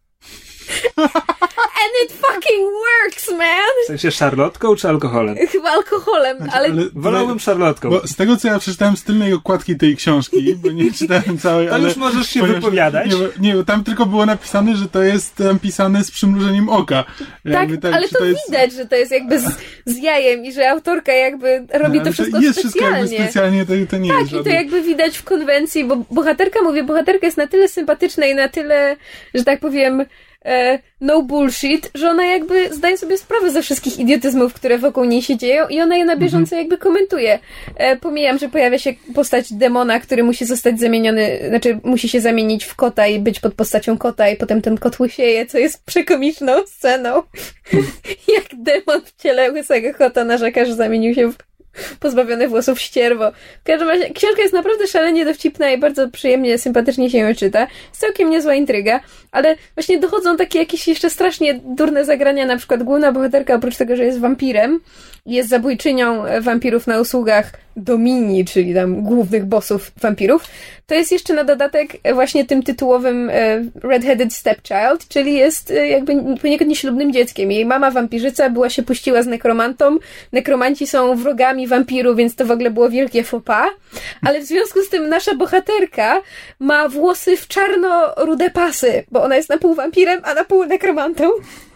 And it fucking works, man! W sensie szarlotką czy alkoholem? Chyba alkoholem, Znaczy, ale... ale Wolałbym szarlotką. Bo z tego, co ja przeczytałem z tylnej okładki tej książki, bo nie czytałem całej, to ale... już możesz się ponieważ, wypowiadać. Nie, nie, bo tam tylko było napisane, że to jest um, pisane z przymrużeniem oka. Tak, tak, ale to, to jest... widać, że to jest jakby z, z jajem i że autorka jakby robi No, to wszystko jest specjalnie. Jest wszystko jakby specjalnie, to, to nie tak, jest i to żadne... jakby widać w konwencji, bo bohaterka, mówię, bohaterka jest na tyle sympatyczna i na tyle, że tak powiem, e, no bullshit, że ona jakby zdaje sobie sprawę ze wszystkich idiotyzmów, które wokół niej się dzieją i ona je na bieżąco mhm. jakby komentuje. E, pomijam, że pojawia się postać demona, który musi zostać zamieniony, znaczy musi się zamienić w kota i być pod postacią kota i potem ten kot łysieje, co jest przekomiczną sceną. Jak demon w ciele łysego kota narzeka, że zamienił się w pozbawione włosów ścierwo. W każdym razie książka jest naprawdę szalenie dowcipna i bardzo przyjemnie, sympatycznie się ją czyta. Jest całkiem niezła intryga, ale właśnie dochodzą takie jakieś jeszcze strasznie durne zagrania, na przykład główna bohaterka oprócz tego, że jest wampirem, jest zabójczynią wampirów na usługach Domini, czyli tam głównych bossów wampirów, to jest jeszcze na dodatek właśnie tym tytułowym Red-Headed Stepchild, czyli jest jakby poniekąd nieślubnym dzieckiem. Jej mama wampirzyca była się puściła z nekromantą. Nekromanci są wrogami wampirów, więc to w ogóle było wielkie faux pas. Ale w związku z tym nasza bohaterka ma włosy w czarno-rude pasy, bo ona jest na pół wampirem, a na pół nekromantą.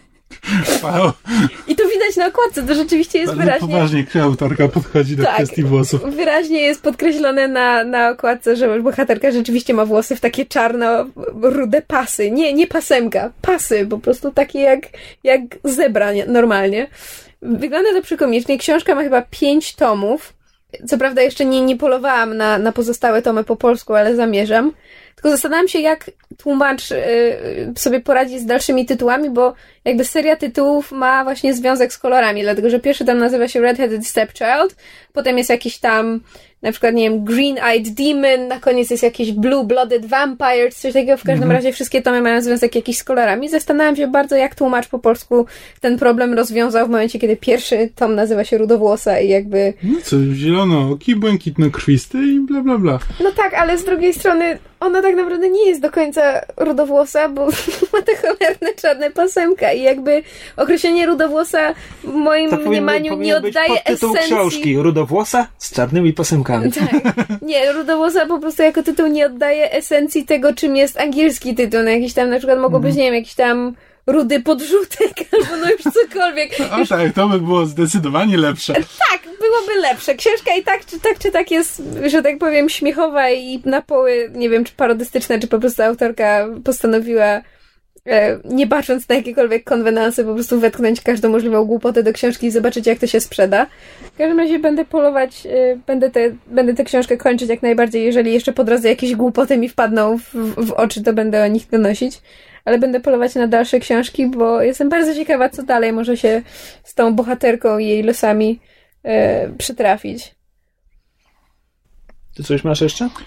Wow. I to widać na okładce, to rzeczywiście jest bardzo wyraźnie... poważnie autorka podchodzi do tak, kwestii włosów. Wyraźnie jest podkreślone na, na okładce, że bohaterka rzeczywiście ma włosy w takie czarno-rude pasy. Nie, nie pasemka, pasy, po prostu takie jak, jak zebra nie, normalnie. Wygląda to przekomicznie. Książka ma chyba pięć tomów. Co prawda jeszcze nie, nie polowałam na, na pozostałe tomy po polsku, ale zamierzam. Tylko zastanawiam się, jak tłumacz y, sobie poradzi z dalszymi tytułami, bo jakby seria tytułów ma właśnie związek z kolorami, dlatego że pierwszy tam nazywa się Red-Headed Stepchild, potem jest jakiś tam na przykład, nie wiem, Green-Eyed Demon, na koniec jest jakiś Blue-Blooded Vampire, coś takiego. W każdym mm-hmm. razie wszystkie tomy mają związek jakiś z kolorami. Zastanawiam się bardzo, jak tłumacz po polsku ten problem rozwiązał w momencie, kiedy pierwszy tom nazywa się Rudowłosa i jakby... No co, zielonooki, błękitnokrwisty i bla bla bla. No tak, ale z drugiej strony ona tak naprawdę nie jest do końca rudowłosa, bo ma te cholerne czarne pasemka i jakby określenie rudowłosa w moim to mniemaniu powinien, nie oddaje być podtytuł esencji... książki Rudowłosa z czarnymi pasemkami. Tak. Nie, rudowłosa po prostu jako tytuł nie oddaje esencji tego, czym jest angielski tytuł. No jakiś tam na przykład mogło być, nie wiem, jakiś tam rudy podrzutek albo no już cokolwiek. A już... tak, to by było zdecydowanie lepsze. Tak, byłoby lepsze. Książka i tak czy tak, czy tak jest, że tak powiem, śmiechowa i na poły, nie wiem, czy parodystyczna, czy po prostu autorka postanowiła, e, nie bacząc na jakiekolwiek konwenansy, po prostu wetknąć każdą możliwą głupotę do książki i zobaczyć, jak to się sprzeda. W każdym razie będę polować, e, będę, te, będę tę książkę kończyć jak najbardziej. Jeżeli jeszcze po drodze jakieś głupoty mi wpadną w, w oczy, to będę o nich donosić. Ale będę polować na dalsze książki, bo jestem bardzo ciekawa, co dalej może się z tą bohaterką i jej losami e, przytrafić. Ty coś masz jeszcze?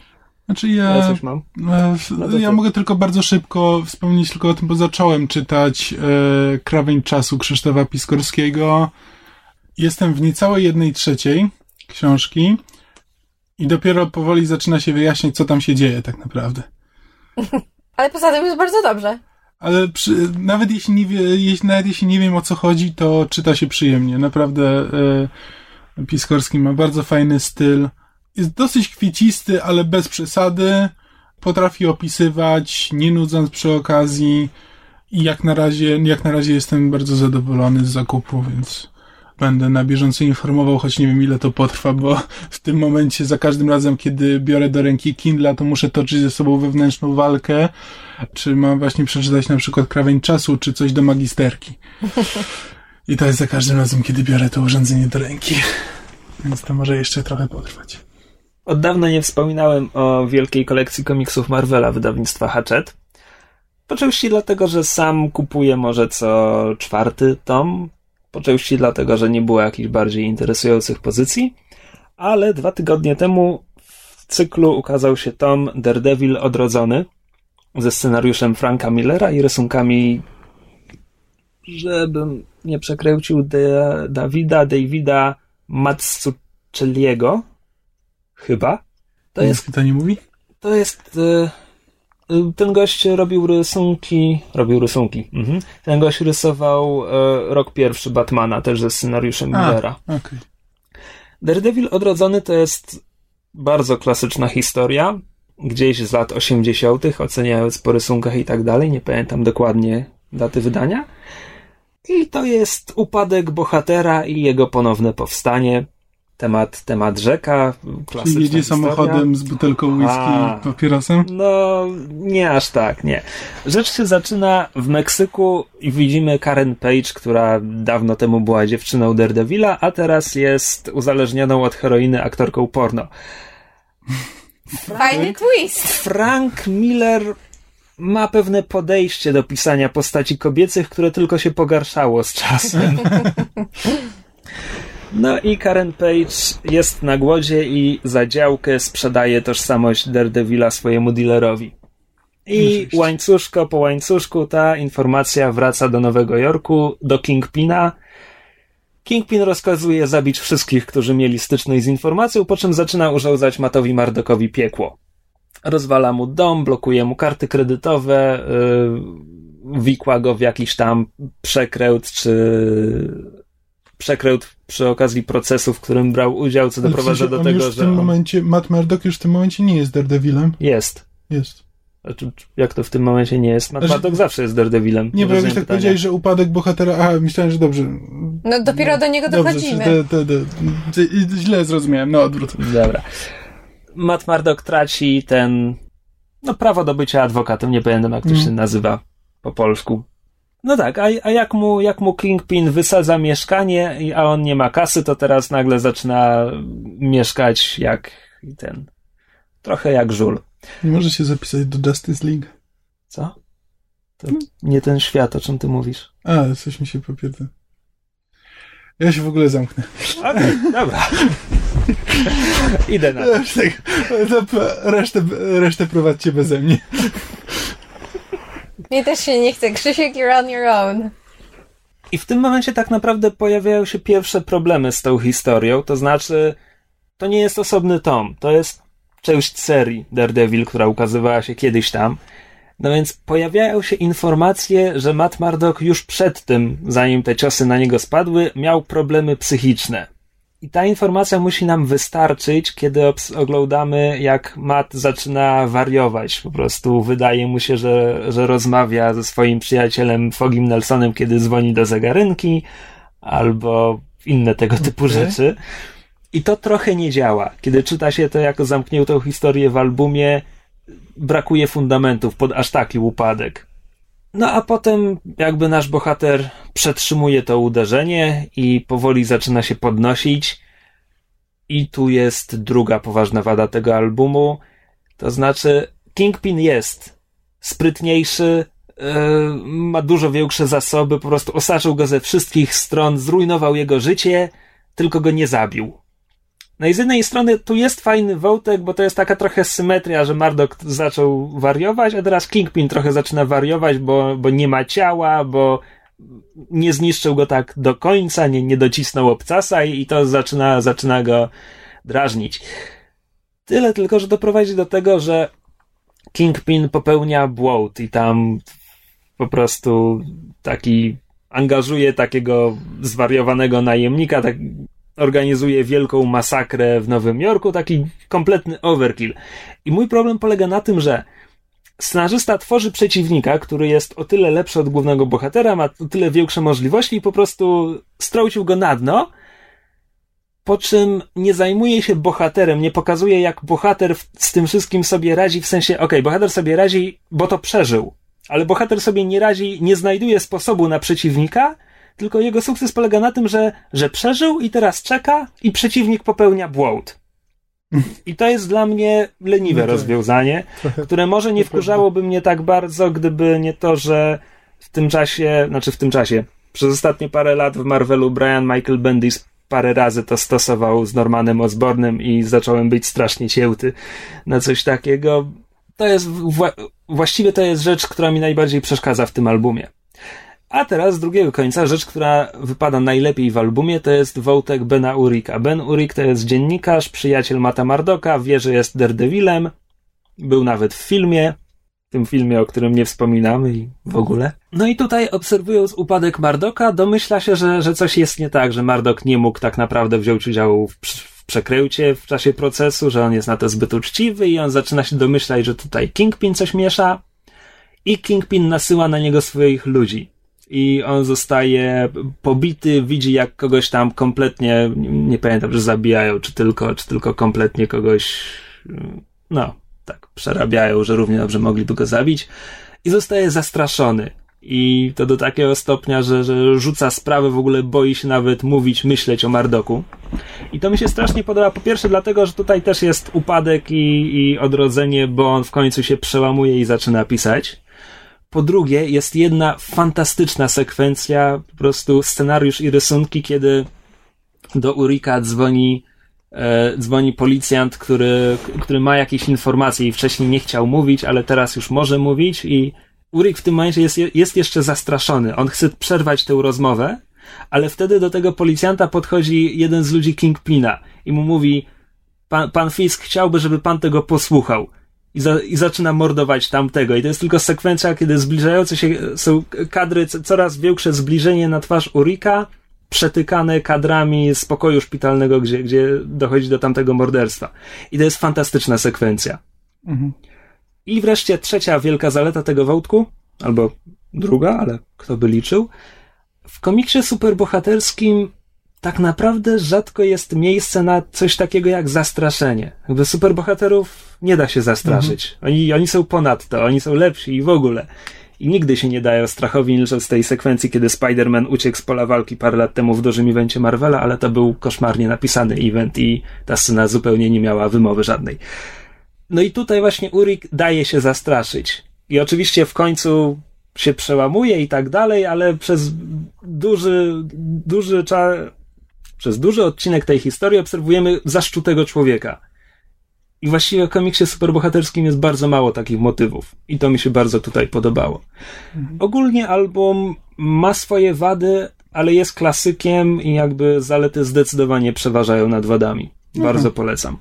Znaczy ja, ja coś mam. E, no ja mogę tylko bardzo szybko wspomnieć tylko o tym, bo zacząłem czytać e, Krawień czasu Krzysztofa Piskorskiego. Jestem w niecałej jednej trzeciej książki i dopiero powoli zaczyna się wyjaśniać, co tam się dzieje tak naprawdę. Ale poza tym jest bardzo dobrze. Ale przy, nawet, jeśli nie wie, jeśli, nawet jeśli nie wiem, o co chodzi, to czyta się przyjemnie. Naprawdę e, Piskorski ma bardzo fajny styl. Jest dosyć kwiecisty, ale bez przesady. Potrafi opisywać, nie nudząc przy okazji. I jak na razie, jak na razie jestem bardzo zadowolony z zakupu, więc będę na bieżąco informował, choć nie wiem, ile to potrwa, bo w tym momencie za każdym razem, kiedy biorę do ręki Kindla, to muszę toczyć ze sobą wewnętrzną walkę, czy mam właśnie przeczytać na przykład Krawień czasu, czy coś do magisterki. I to jest za każdym razem, kiedy biorę to urządzenie do ręki. Więc to może jeszcze trochę potrwać. Od dawna nie wspominałem o wielkiej kolekcji komiksów Marvela wydawnictwa Hachette. Po części dlatego, że sam kupuję może co czwarty tom, po części dlatego, że nie było jakichś bardziej interesujących pozycji, ale dwa tygodnie temu w cyklu ukazał się tom Daredevil Odrodzony ze scenariuszem Franka Millera i rysunkami, żebym nie przekręcił, De- Davida, Davida Mazzucchelliego. Chyba. To jest... To nie mówi? To jest... Y- Ten gość robił rysunki, robił rysunki. Mhm. Ten gość rysował e, rok pierwszy Batmana, też ze scenariuszem Millera. Okay. Daredevil Odrodzony to jest bardzo klasyczna historia, gdzieś z lat osiemdziesiątych, oceniając po rysunkach i tak dalej, nie pamiętam dokładnie daty wydania. I to jest upadek bohatera i jego ponowne powstanie. Temat, temat rzeka, klasyczna Czyli jedzie historia. samochodem z butelką whisky i papierosem? No, nie aż tak, nie. Rzecz się zaczyna w Meksyku i widzimy Karen Page, która dawno temu była dziewczyną Daredevila, a teraz jest uzależnioną od heroiny aktorką porno. Fajny twist! Frank Miller ma pewne podejście do pisania postaci kobiecych, które tylko się pogarszało z czasem. No i Karen Page jest na głodzie i za działkę sprzedaje tożsamość Daredevila swojemu dealerowi. I łańcuszko po łańcuszku ta informacja wraca do Nowego Jorku, do Kingpina. Kingpin rozkazuje zabić wszystkich, którzy mieli styczność z informacją, po czym zaczyna urządzać Mattowi Murdockowi piekło. Rozwala mu dom, blokuje mu karty kredytowe, yy, wikła go w jakiś tam przekręt, czy... przekręt przy okazji procesu, w którym brał udział, co doprowadza do tego, już w że... tym on... momencie, Matt Murdock już w tym momencie nie jest Daredevilem. Jest. Jest. Znaczy, jak to w tym momencie nie jest? Matt Znaczy... Murdock zawsze jest Daredevilem. Nie, bo jakbyś tak powiedziałeś, że upadek bohatera... Aha, myślałem, że dobrze. No dopiero do niego dobrze, dochodzimy. De, de, de, de, źle zrozumiałem, no odwrót. Dobra. Matt Murdock traci ten... no prawo do bycia adwokatem, nie pamiętam jak to mm. się nazywa po polsku. No tak, a, a jak mu, jak mu Kingpin wysadza mieszkanie, a on nie ma kasy, to teraz nagle zaczyna mieszkać jak ten... trochę jak żul. Nie może się zapisać do Justice League. Co? To nie ten świat, o czym ty mówisz. A, coś mi się popierdza. Ja się w ogóle zamknę. Okej, okay, dobra. Idę na to. Resztę, resztę prowadźcie beze mnie. Mnie też się nie chce. Krzysiek, you're on your own. I w tym momencie tak naprawdę pojawiają się pierwsze problemy z tą historią, to znaczy to nie jest osobny tom, to jest część serii Daredevil, która ukazywała się kiedyś tam. No więc pojawiają się informacje, że Matt Murdock już przed tym, zanim te ciosy na niego spadły, miał problemy psychiczne. I ta informacja musi nam wystarczyć, kiedy oglądamy, jak Matt zaczyna wariować. Po prostu wydaje mu się, że, że rozmawia ze swoim przyjacielem Foggim Nelsonem, kiedy dzwoni do zegarynki, albo inne tego typu okay. rzeczy. I to trochę nie działa. Kiedy czyta się to jako zamkniętą historię w albumie, brakuje fundamentów pod aż taki upadek. No a potem jakby nasz bohater przetrzymuje to uderzenie i powoli zaczyna się podnosić. I tu jest druga poważna wada tego albumu. To znaczy Kingpin jest sprytniejszy, yy, ma dużo większe zasoby, po prostu osaczył go ze wszystkich stron, zrujnował jego życie, tylko go nie zabił. No i z jednej strony tu jest fajny wątek, bo to jest taka trochę symetria, że Murdoch zaczął wariować, a teraz Kingpin trochę zaczyna wariować, bo, bo nie ma ciała, bo nie zniszczył go tak do końca, nie, nie docisnął obcasa i, i to zaczyna, zaczyna go drażnić. Tyle tylko, że doprowadzi do tego, że Kingpin popełnia błąd i tam po prostu taki angażuje takiego zwariowanego najemnika, tak organizuje wielką masakrę w Nowym Jorku, taki kompletny overkill. I mój problem polega na tym, że scenarzysta tworzy przeciwnika, który jest o tyle lepszy od głównego bohatera, ma o tyle większe możliwości i po prostu strącił go na dno, po czym nie zajmuje się bohaterem, nie pokazuje, jak bohater z tym wszystkim sobie radzi, w sensie, okej, okay, bohater sobie radzi, bo to przeżył, ale bohater sobie nie radzi, nie znajduje sposobu na przeciwnika, tylko jego sukces polega na tym, że, że przeżył i teraz czeka i przeciwnik popełnia błąd. I to jest dla mnie leniwe no tak. rozwiązanie, które może nie wkurzałoby mnie tak bardzo, gdyby nie to, że w tym czasie, znaczy w tym czasie, przez ostatnie parę lat w Marvelu Brian Michael Bendis parę razy to stosował z Normanem Osbornem i zacząłem być strasznie cięty na coś takiego. To jest wła- właściwie to jest rzecz, która mi najbardziej przeszkadza w tym albumie. A teraz z drugiego końca rzecz, która wypada najlepiej w albumie, to jest wątek Bena Urika. Ben Urich to jest dziennikarz, przyjaciel Matta Murdocha, wie, że jest Daredevilem, był nawet w filmie, w tym filmie, o którym nie wspominamy i w ogóle. No i tutaj obserwując upadek Murdocha, domyśla się, że, że coś jest nie tak, że Murdoch nie mógł tak naprawdę wziąć udziału w, w przekręcie w czasie procesu, że on jest na to zbyt uczciwy i on zaczyna się domyślać, że tutaj Kingpin coś miesza i Kingpin nasyła na niego swoich ludzi. I on zostaje pobity, widzi jak kogoś tam kompletnie, nie pamiętam, że zabijają, czy tylko, czy tylko kompletnie kogoś, no, tak, przerabiają, że równie dobrze mogliby go zabić. I zostaje zastraszony. I to do takiego stopnia, że, że rzuca sprawę, w ogóle boi się nawet mówić, myśleć o Murdochu. I to mi się strasznie podoba, po pierwsze dlatego, że tutaj też jest upadek i, i odrodzenie, bo on w końcu się przełamuje i zaczyna pisać. Po drugie, jest jedna fantastyczna sekwencja, po prostu scenariusz i rysunki, kiedy do Urika dzwoni, e, dzwoni policjant, który, który ma jakieś informacje i wcześniej nie chciał mówić, ale teraz już może mówić i Urik w tym momencie jest, jest jeszcze zastraszony. On chce przerwać tę rozmowę, ale wtedy do tego policjanta podchodzi jeden z ludzi Kingpina i mu mówi, pan, pan Fisk chciałby, żeby pan tego posłuchał. I, za, I zaczyna mordować tamtego. I to jest tylko sekwencja, kiedy zbliżające się są kadry, coraz większe zbliżenie na twarz Urika, przetykane kadrami z pokoju szpitalnego, gdzie, gdzie dochodzi do tamtego morderstwa. I to jest fantastyczna sekwencja. Mhm. I wreszcie trzecia wielka zaleta tego wątku, albo druga, ale kto by liczył. W komiksie superbohaterskim tak naprawdę rzadko jest miejsce na coś takiego jak zastraszenie. Jakby superbohaterów nie da się zastraszyć. Mhm. Oni, oni są ponad to, oni są lepsi i w ogóle. I nigdy się nie dają strachowi, licząc z tej sekwencji, kiedy Spider-Man uciekł z pola walki parę lat temu w dużym evencie Marvela, ale to był koszmarnie napisany event i ta scena zupełnie nie miała wymowy żadnej. No i tutaj właśnie Urik daje się zastraszyć. I oczywiście w końcu się przełamuje i tak dalej, ale przez duży, duży czas, przez duży odcinek tej historii obserwujemy zaszczutego człowieka. I właściwie w komiksie superbohaterskim jest bardzo mało takich motywów. I to mi się bardzo tutaj podobało. Mhm. Ogólnie album ma swoje wady, ale jest klasykiem i jakby zalety zdecydowanie przeważają nad wadami. Bardzo mhm. polecam.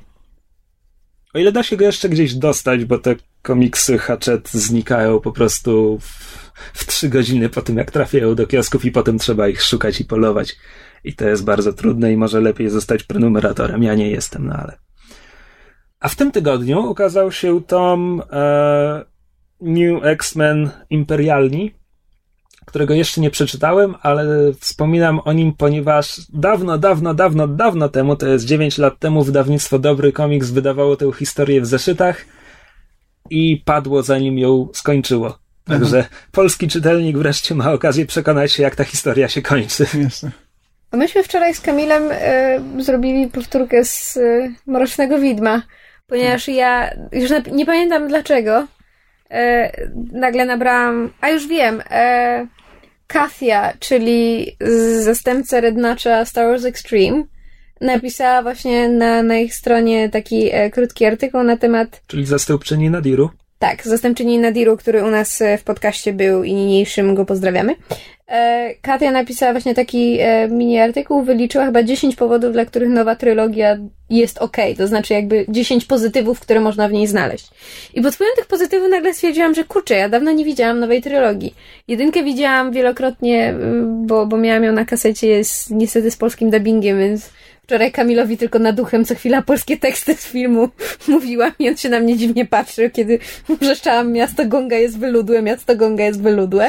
O ile da się go jeszcze gdzieś dostać, bo te komiksy Hachette znikają po prostu w, w trzy godziny po tym, jak trafiają do kiosków i potem trzeba ich szukać i polować. I to jest bardzo trudne i może lepiej zostać prenumeratorem. Ja nie jestem, no ale... A w tym tygodniu ukazał się tom e, New X-Men Imperialni, którego jeszcze nie przeczytałem, ale wspominam o nim, ponieważ dawno, dawno, dawno, dawno temu, to jest dziewięć lat temu, wydawnictwo Dobry Komiks wydawało tę historię w zeszytach i padło, zanim ją skończyło. Także mhm. polski czytelnik wreszcie ma okazję przekonać się, jak ta historia się kończy. Jasne. A myśmy wczoraj z Kamilem y, zrobili powtórkę z y, Mrocznego Widma, ponieważ ja już na, nie pamiętam dlaczego y, nagle nabrałam, a już wiem, y, Kathia, czyli zastępcę Rednacza Star Wars Extreme, napisała właśnie na, na ich stronie taki e, krótki artykuł na temat... Czyli zastępczyni Nadiru? Tak, zastępczyni Nadiru, który u nas w podcaście był i niniejszym go pozdrawiamy. E, Katia napisała właśnie taki e, mini artykuł, wyliczyła chyba dziesięć powodów, dla których nowa trylogia jest okej, okay. To znaczy jakby dziesięć pozytywów, które można w niej znaleźć. I pod wpływem tych pozytywów nagle stwierdziłam, że kurczę, ja dawno nie widziałam nowej trylogii. Jedynkę widziałam wielokrotnie, bo, bo miałam ją na kasecie z, niestety z polskim dubbingiem, więc wczoraj Kamilowi tylko nad uchem co chwila polskie teksty z filmu mówiłam i on się na mnie dziwnie patrzył, kiedy wrzeszczałam miasto Gonga jest wyludłe, miasto Gonga jest wyludłe.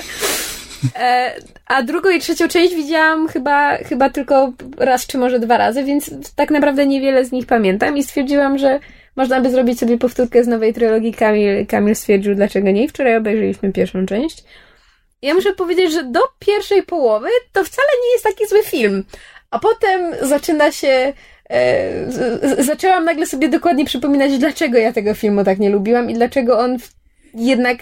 E, a drugą i trzecią część widziałam chyba, chyba tylko raz czy może dwa razy, więc tak naprawdę niewiele z nich pamiętam i stwierdziłam, że można by zrobić sobie powtórkę z nowej trylogii. Kamil, Kamil stwierdził, dlaczego nie. I wczoraj obejrzeliśmy pierwszą część. Ja muszę powiedzieć, że do pierwszej połowy to wcale nie jest taki zły film. A potem zaczyna się... E, z, zaczęłam nagle sobie dokładnie przypominać, dlaczego ja tego filmu tak nie lubiłam i dlaczego on jednak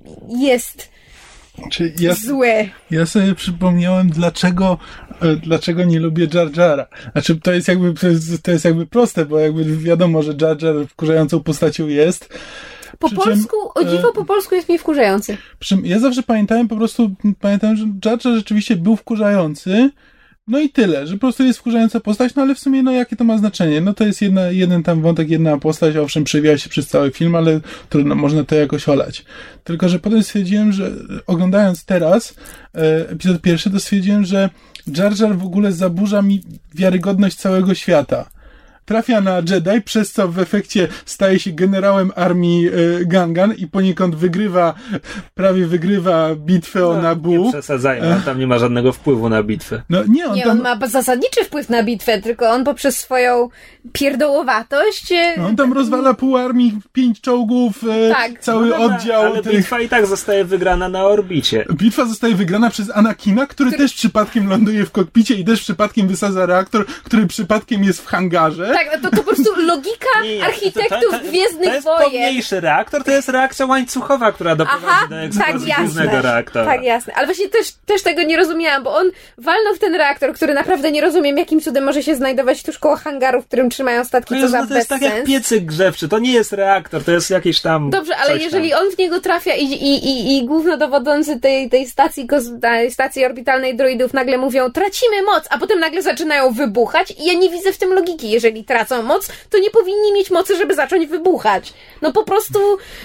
jest... Czy ja, złe. Ja sobie przypomniałem, dlaczego, dlaczego nie lubię Jar Jara. Znaczy, to jest jakby, to jest, to jest jakby proste, bo jakby wiadomo, że Jar Jar wkurzającą postacią jest. Po przy polsku, czym, o dziwo po polsku jest mi wkurzający. Przy czym ja zawsze pamiętałem, po prostu pamiętałem, że Jar Jar rzeczywiście był wkurzający. No i tyle, że po prostu jest wkurzająca postać, no ale w sumie, no jakie to ma znaczenie? No to jest jedna, jeden tam wątek, jedna postać, owszem, przewija się przez cały film, ale trudno, można to jakoś olać. Tylko, że potem stwierdziłem, że oglądając teraz e, epizod pierwszy, to stwierdziłem, że Jar Jar w ogóle zaburza mi wiarygodność całego świata. Trafia na Jedi, przez co w efekcie staje się generałem armii y, Gungan i poniekąd wygrywa, prawie wygrywa bitwę no, o Naboo. Nie przesadzajmy, on tam nie ma żadnego wpływu na bitwę. No, nie, on, nie tam... on ma zasadniczy wpływ na bitwę, tylko on poprzez swoją pierdołowatość... No, on tam rozwala pół armii, pięć czołgów, y, tak. cały no, oddział. Ale tych... bitwa i tak zostaje wygrana na orbicie. Bitwa zostaje wygrana przez Anakina, który, który też przypadkiem ląduje w kokpicie i też przypadkiem wysadza reaktor, który przypadkiem jest w hangarze. Tak, to, to po prostu logika nie, nie, architektów to, to, to, Gwiezdnych Wojen. To jest pomniejszy reaktor, to jest reakcja łańcuchowa, która doprowadzi Aha, do eksplozji tak, głównego reaktora. Tak, jasne. Ale właśnie też, też tego nie rozumiałam, bo on walnął w ten reaktor, który naprawdę nie rozumiem, jakim cudem może się znajdować tuż koło hangaru, w którym trzymają statki, co za bezsens. To jest tak jak piecyk grzewczy, to nie jest reaktor, to jest jakieś tam... Dobrze, ale jeżeli tam. on w niego trafia i, i, i, i głównodowodzący tej, tej stacji, tej stacji orbitalnej droidów nagle mówią, tracimy moc, a potem nagle zaczynają wybuchać i ja nie widzę w tym logiki. Jeżeli tracą moc, to nie powinni mieć mocy, żeby zacząć wybuchać. No po prostu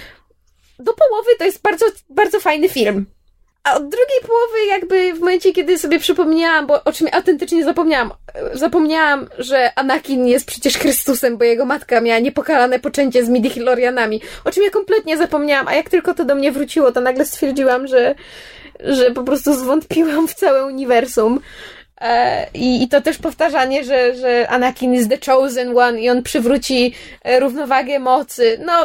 do połowy to jest bardzo, bardzo fajny film. A od drugiej połowy jakby w momencie, kiedy sobie przypomniałam, bo o czym autentycznie zapomniałam, zapomniałam, że Anakin jest przecież Chrystusem, bo jego matka miała niepokalane poczęcie z midichlorianami, o czym ja kompletnie zapomniałam, a jak tylko to do mnie wróciło, to nagle stwierdziłam, że, że po prostu zwątpiłam w całe uniwersum. I, I to też powtarzanie, że, że Anakin is the chosen one i on przywróci równowagę mocy. No,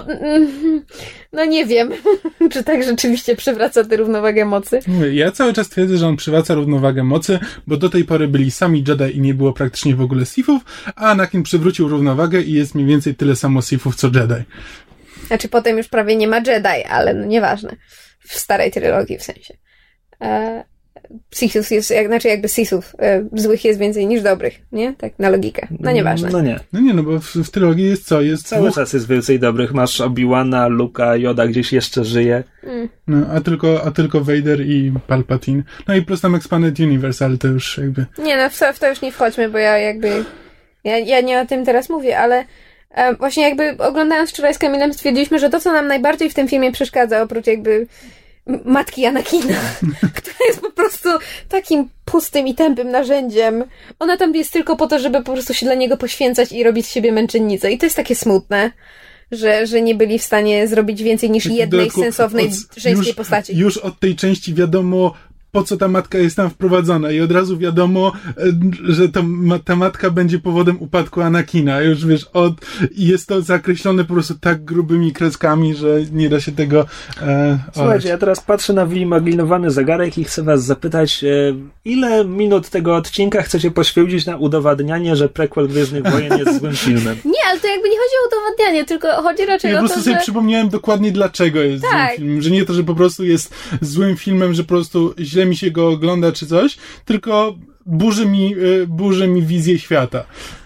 no nie wiem, czy tak rzeczywiście przywraca tę równowagę mocy. Ja cały czas twierdzę, że on przywraca równowagę mocy, bo do tej pory byli sami Jedi i nie było praktycznie w ogóle Sithów, a Anakin przywrócił równowagę i jest mniej więcej tyle samo Sithów, co Jedi. Znaczy potem już prawie nie ma Jedi, ale no nieważne. W starej trylogii w sensie. E- Sithów jest, jak, znaczy jakby Sithów e, złych jest więcej niż dobrych, nie? Tak na logikę. No nieważne. No nie. No nie, no bo w, w trylogii jest co? Jest Cały dwóch... czas jest więcej dobrych. Masz Obi-Wana, Luka, Yoda gdzieś jeszcze żyje. Mm. No, a tylko, a tylko Vader i Palpatine. No i plus tam Expanded Universe, ale to już jakby... Nie, no w to, w to już nie wchodźmy, bo ja jakby... Ja, ja nie o tym teraz mówię, ale e, właśnie jakby oglądając wczoraj z Kamilem stwierdziliśmy, że to, co nam najbardziej w tym filmie przeszkadza, oprócz jakby matki Anakina, która jest po prostu takim pustym i tępym narzędziem. Ona tam jest tylko po to, żeby po prostu się dla niego poświęcać i robić z siebie męczennicę. I to jest takie smutne, że, że nie byli w stanie zrobić więcej niż jednej sensownej od, żeńskiej już, postaci. Już od tej części wiadomo, po co ta matka jest tam wprowadzona i od razu wiadomo, że to, ta matka będzie powodem upadku Anakina. Już wiesz, od, jest to zakreślone po prostu tak grubymi kreskami, że nie da się tego e, Słuchajcie, ja teraz patrzę na wyimaginowany zegarek i chcę was zapytać, e, ile minut tego odcinka chcecie poświęcić na udowadnianie, że prequel Gwiezdnych Wojen jest złym filmem? Nie, ale to jakby nie chodzi o udowadnianie, tylko chodzi raczej ja o to, że... po prostu sobie że... przypomniałem dokładnie, dlaczego jest tak. złym filmem. Że nie to, że po prostu jest złym filmem, że po prostu źle mi się go ogląda czy coś, tylko burzy mi, burzy mi wizję świata.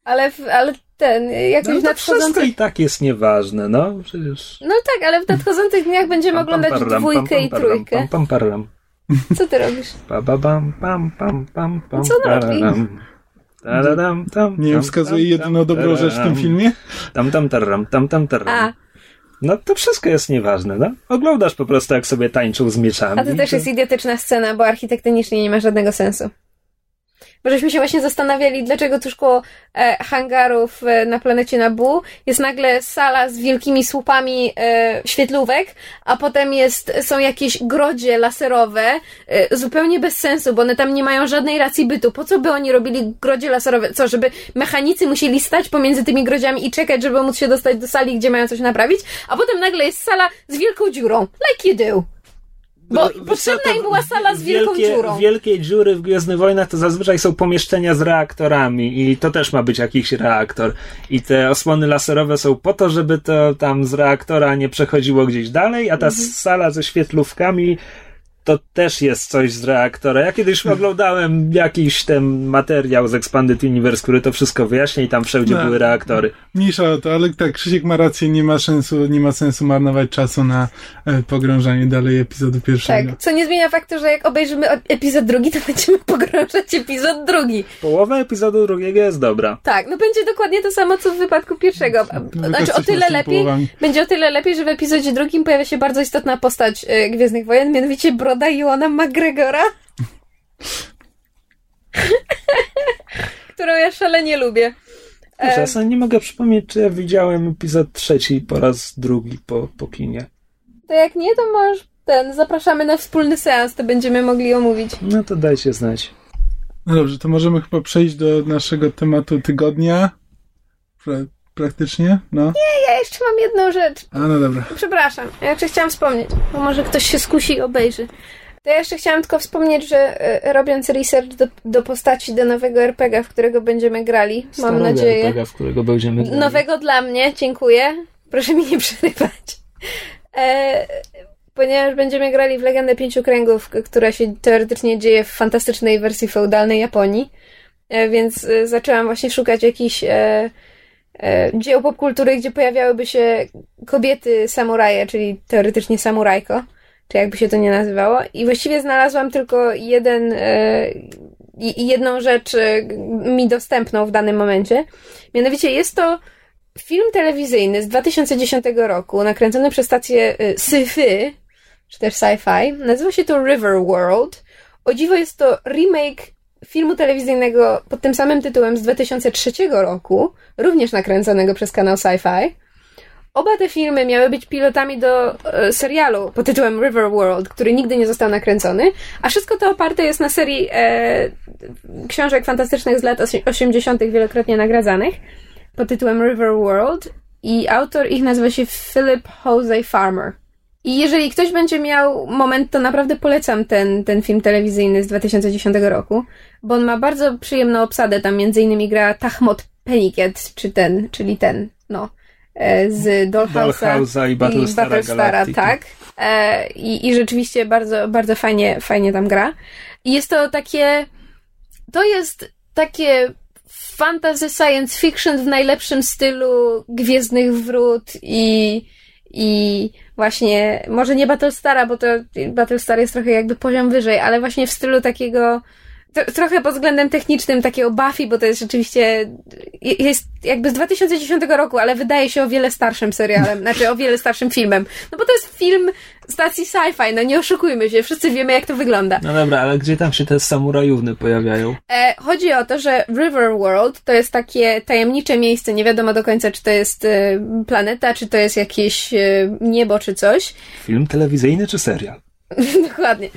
Ale, w, ale ten, jakoś no, w nadchodzących... wszystko i tak jest nieważne, no przecież... No tak, ale w nadchodzących dniach będziemy pam, pam, oglądać parram, dwójkę pam, i pam, trójkę. Pam, pam, parram. Co ty robisz? Pa, ba, bam, pam, pam, pam, pam, Co on robi? Taradam, tam, Nie wiem, tam, wskazuje tam, jedyną tam, dobrą rzecz w tym taram. filmie? Tam, tam, taram, tam, tam, taram. A, No to wszystko jest nieważne, no. Oglądasz po prostu, jak sobie tańczył z mieczami. a to też jest idiotyczna scena, bo architektonicznie nie ma żadnego sensu. Bo żeśmy się właśnie zastanawiali, dlaczego tuż koło e, hangarów e, na planecie Naboo jest nagle sala z wielkimi słupami e, świetlówek, a potem jest, są jakieś grodzie laserowe, e, zupełnie bez sensu, bo one tam nie mają żadnej racji bytu. Po co by oni robili grodzie laserowe? Co, żeby mechanicy musieli stać pomiędzy tymi grodziami i czekać, żeby móc się dostać do sali, gdzie mają coś naprawić? A potem nagle jest sala z wielką dziurą. Like you do. Bo Wiesz potrzebna co, to im była sala z wielką wielkie, dziurą. Wielkie dziury w Gwiezdnych Wojnach to zazwyczaj są pomieszczenia z reaktorami i to też ma być jakiś reaktor. I te osłony laserowe są po to, żeby to tam z reaktora nie przechodziło gdzieś dalej, a ta Mhm. sala ze świetlówkami to też jest coś z reaktora. Ja kiedyś oglądałem jakiś ten materiał z Expanded Universe, który to wszystko wyjaśnia i tam wszędzie No. były reaktory. Misza, to ale tak, Krzysiek ma rację, nie ma sensu, nie ma sensu marnować czasu na e, pogrążanie dalej epizodu pierwszego. Tak, co nie zmienia faktu, że jak obejrzymy o- epizod drugi, to będziemy pogrążać epizod drugi. Połowa epizodu drugiego jest dobra. Tak, no będzie dokładnie to samo, co w wypadku pierwszego. Wy Znaczy też o tyle z tymi lepiej, połowami. będzie o tyle lepiej, że w epizodzie drugim pojawia się bardzo istotna postać e, Gwiezdnych Wojen, mianowicie broda Ewana McGregora, którą ja szalenie lubię. Wiesz, E, ja sobie nie mogę przypomnieć, czy ja widziałem epizod trzeci po raz drugi po, po kinie. to jak nie, to możesz ten, zapraszamy na wspólny seans, to będziemy mogli omówić. No to dajcie znać. No dobrze, to możemy chyba przejść do naszego tematu tygodnia. Pra- praktycznie, no. Ja jeszcze mam jedną rzecz. A, no dobra. Przepraszam, ja jeszcze chciałam wspomnieć, bo może ktoś się skusi i obejrzy. To ja jeszcze chciałam tylko wspomnieć, że e, robiąc research do, do postaci do nowego er pe gie, w którego będziemy grali, mam nadzieję. er pe gie, w którego będziemy grali. Nowego dla mnie, dziękuję. Proszę mi nie przerywać. E, ponieważ będziemy grali w Legendę Pięciu Kręgów, k- która się teoretycznie dzieje w fantastycznej wersji feudalnej Japonii. E, więc e, zaczęłam właśnie szukać jakichś e, e, dzieł popkultury, gdzie pojawiałyby się kobiety samuraje, czyli teoretycznie samurajko, czy jakby się to nie nazywało. I właściwie znalazłam tylko jeden, e, i- jedną rzecz e, mi dostępną w danym momencie. Mianowicie jest to film telewizyjny z dwa tysiące dziesiątego roku, nakręcony przez stację y, sci-fi, czy też sci-fi. Nazywa się to River World. O dziwo jest to remake filmu telewizyjnego pod tym samym tytułem z dwa tysiące trzeciego roku, również nakręconego przez kanał Sci-Fi. Oba te filmy miały być pilotami do e, serialu pod tytułem River World, który nigdy nie został nakręcony, a wszystko to oparte jest na serii e, książek fantastycznych z lat osiemdziesiątych wielokrotnie nagradzanych pod tytułem River World i autor ich nazywa się Philip Jose Farmer. I jeżeli ktoś będzie miał moment, to naprawdę polecam ten, ten film telewizyjny z dwa tysiące dziesiątego roku, bo on ma bardzo przyjemną obsadę, tam między innymi gra Tahmot Pennyket, czy ten, czyli ten, no, e, z Dollhouse'a Dollhouse'a i Battlestara Battlestara, Galactica. tak. E, i, I rzeczywiście bardzo, bardzo fajnie, fajnie tam gra. I jest to takie, to jest takie fantasy science fiction w najlepszym stylu Gwiezdnych Wrót i, i właśnie, może nie Battlestara, bo to Battlestar jest trochę jakby poziom wyżej, ale właśnie w stylu takiego to, trochę pod względem technicznym takiego Buffy, bo to jest rzeczywiście jest jakby z dwa tysiące dziesiątego roku, ale wydaje się o wiele starszym serialem, znaczy o wiele starszym filmem. No bo to jest film stacji sci-fi, no nie oszukujmy się, wszyscy wiemy jak to wygląda. No dobra, ale gdzie tam się te samurajówny pojawiają? E, chodzi o to, że River World to jest takie tajemnicze miejsce, nie wiadomo do końca, czy to jest e, planeta, czy to jest jakieś e, niebo, czy coś. Film telewizyjny czy serial? Dokładnie.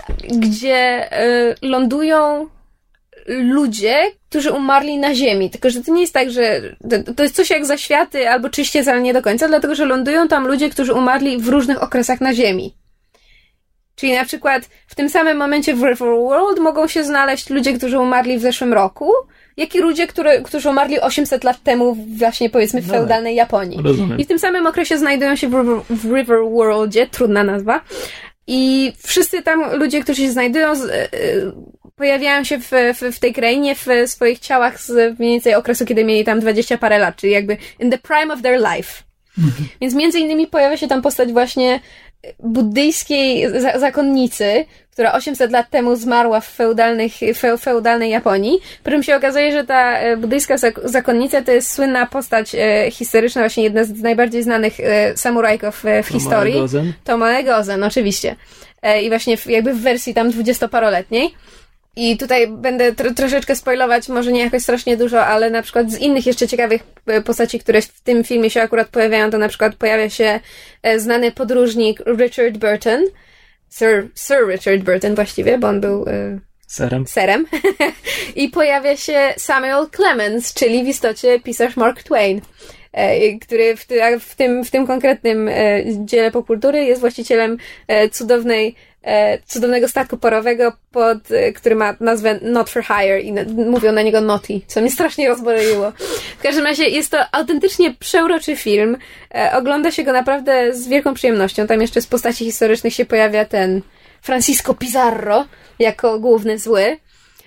Gdzie y, lądują ludzie, którzy umarli na Ziemi. Tylko, że to nie jest tak, że to, to jest coś jak Zaświaty albo Czyściec, ale nie do końca, dlatego, że lądują tam ludzie, którzy umarli w różnych okresach na Ziemi. Czyli na przykład w tym samym momencie w River World mogą się znaleźć ludzie, którzy umarli w zeszłym roku, jak i ludzie, które, którzy umarli osiemset lat temu właśnie powiedzmy w No feudalnej Japonii. Rozumiem. I w tym samym okresie znajdują się w River, w River Worldzie, trudna nazwa, i wszyscy tam ludzie, którzy się znajdują, z, y, pojawiają się w, w, w tej krainie w swoich ciałach z mniej więcej okresu, kiedy mieli tam dwadzieścia parę lat, czyli jakby in the prime of their life. Mhm. Więc między innymi pojawia się tam postać właśnie buddyjskiej za- zakonnicy, która osiemset lat temu zmarła w feudalnych, fe, feudalnej Japonii. Po czym się okazuje, że ta buddyjska zak- zakonnica to jest słynna postać e, historyczna, właśnie jedna z najbardziej znanych e, samurajków e, w Tomoe historii. Gozen. Tomoe Gozen, oczywiście. E, I właśnie w, jakby w wersji tam dwudziestoparoletniej. I tutaj będę tro- troszeczkę spoilować, może nie jakoś strasznie dużo, ale na przykład z innych jeszcze ciekawych postaci, które w tym filmie się akurat pojawiają, to na przykład pojawia się znany podróżnik Richard Burton, Sir, Sir Richard Burton właściwie, bo on był y, serem. serem. I pojawia się Samuel Clemens, czyli w istocie pisarz Mark Twain, y, który w, ty, w, tym, w tym konkretnym y, dziele popkultury jest właścicielem y, cudownej cudownego statku parowego, pod, który ma nazwę Not for Hire i na, mówią na niego Naughty, co mnie strasznie rozboleiło. W każdym razie jest to autentycznie przeuroczy film. E, ogląda się go naprawdę z wielką przyjemnością. Tam jeszcze z postaci historycznych się pojawia ten Francisco Pizarro jako główny zły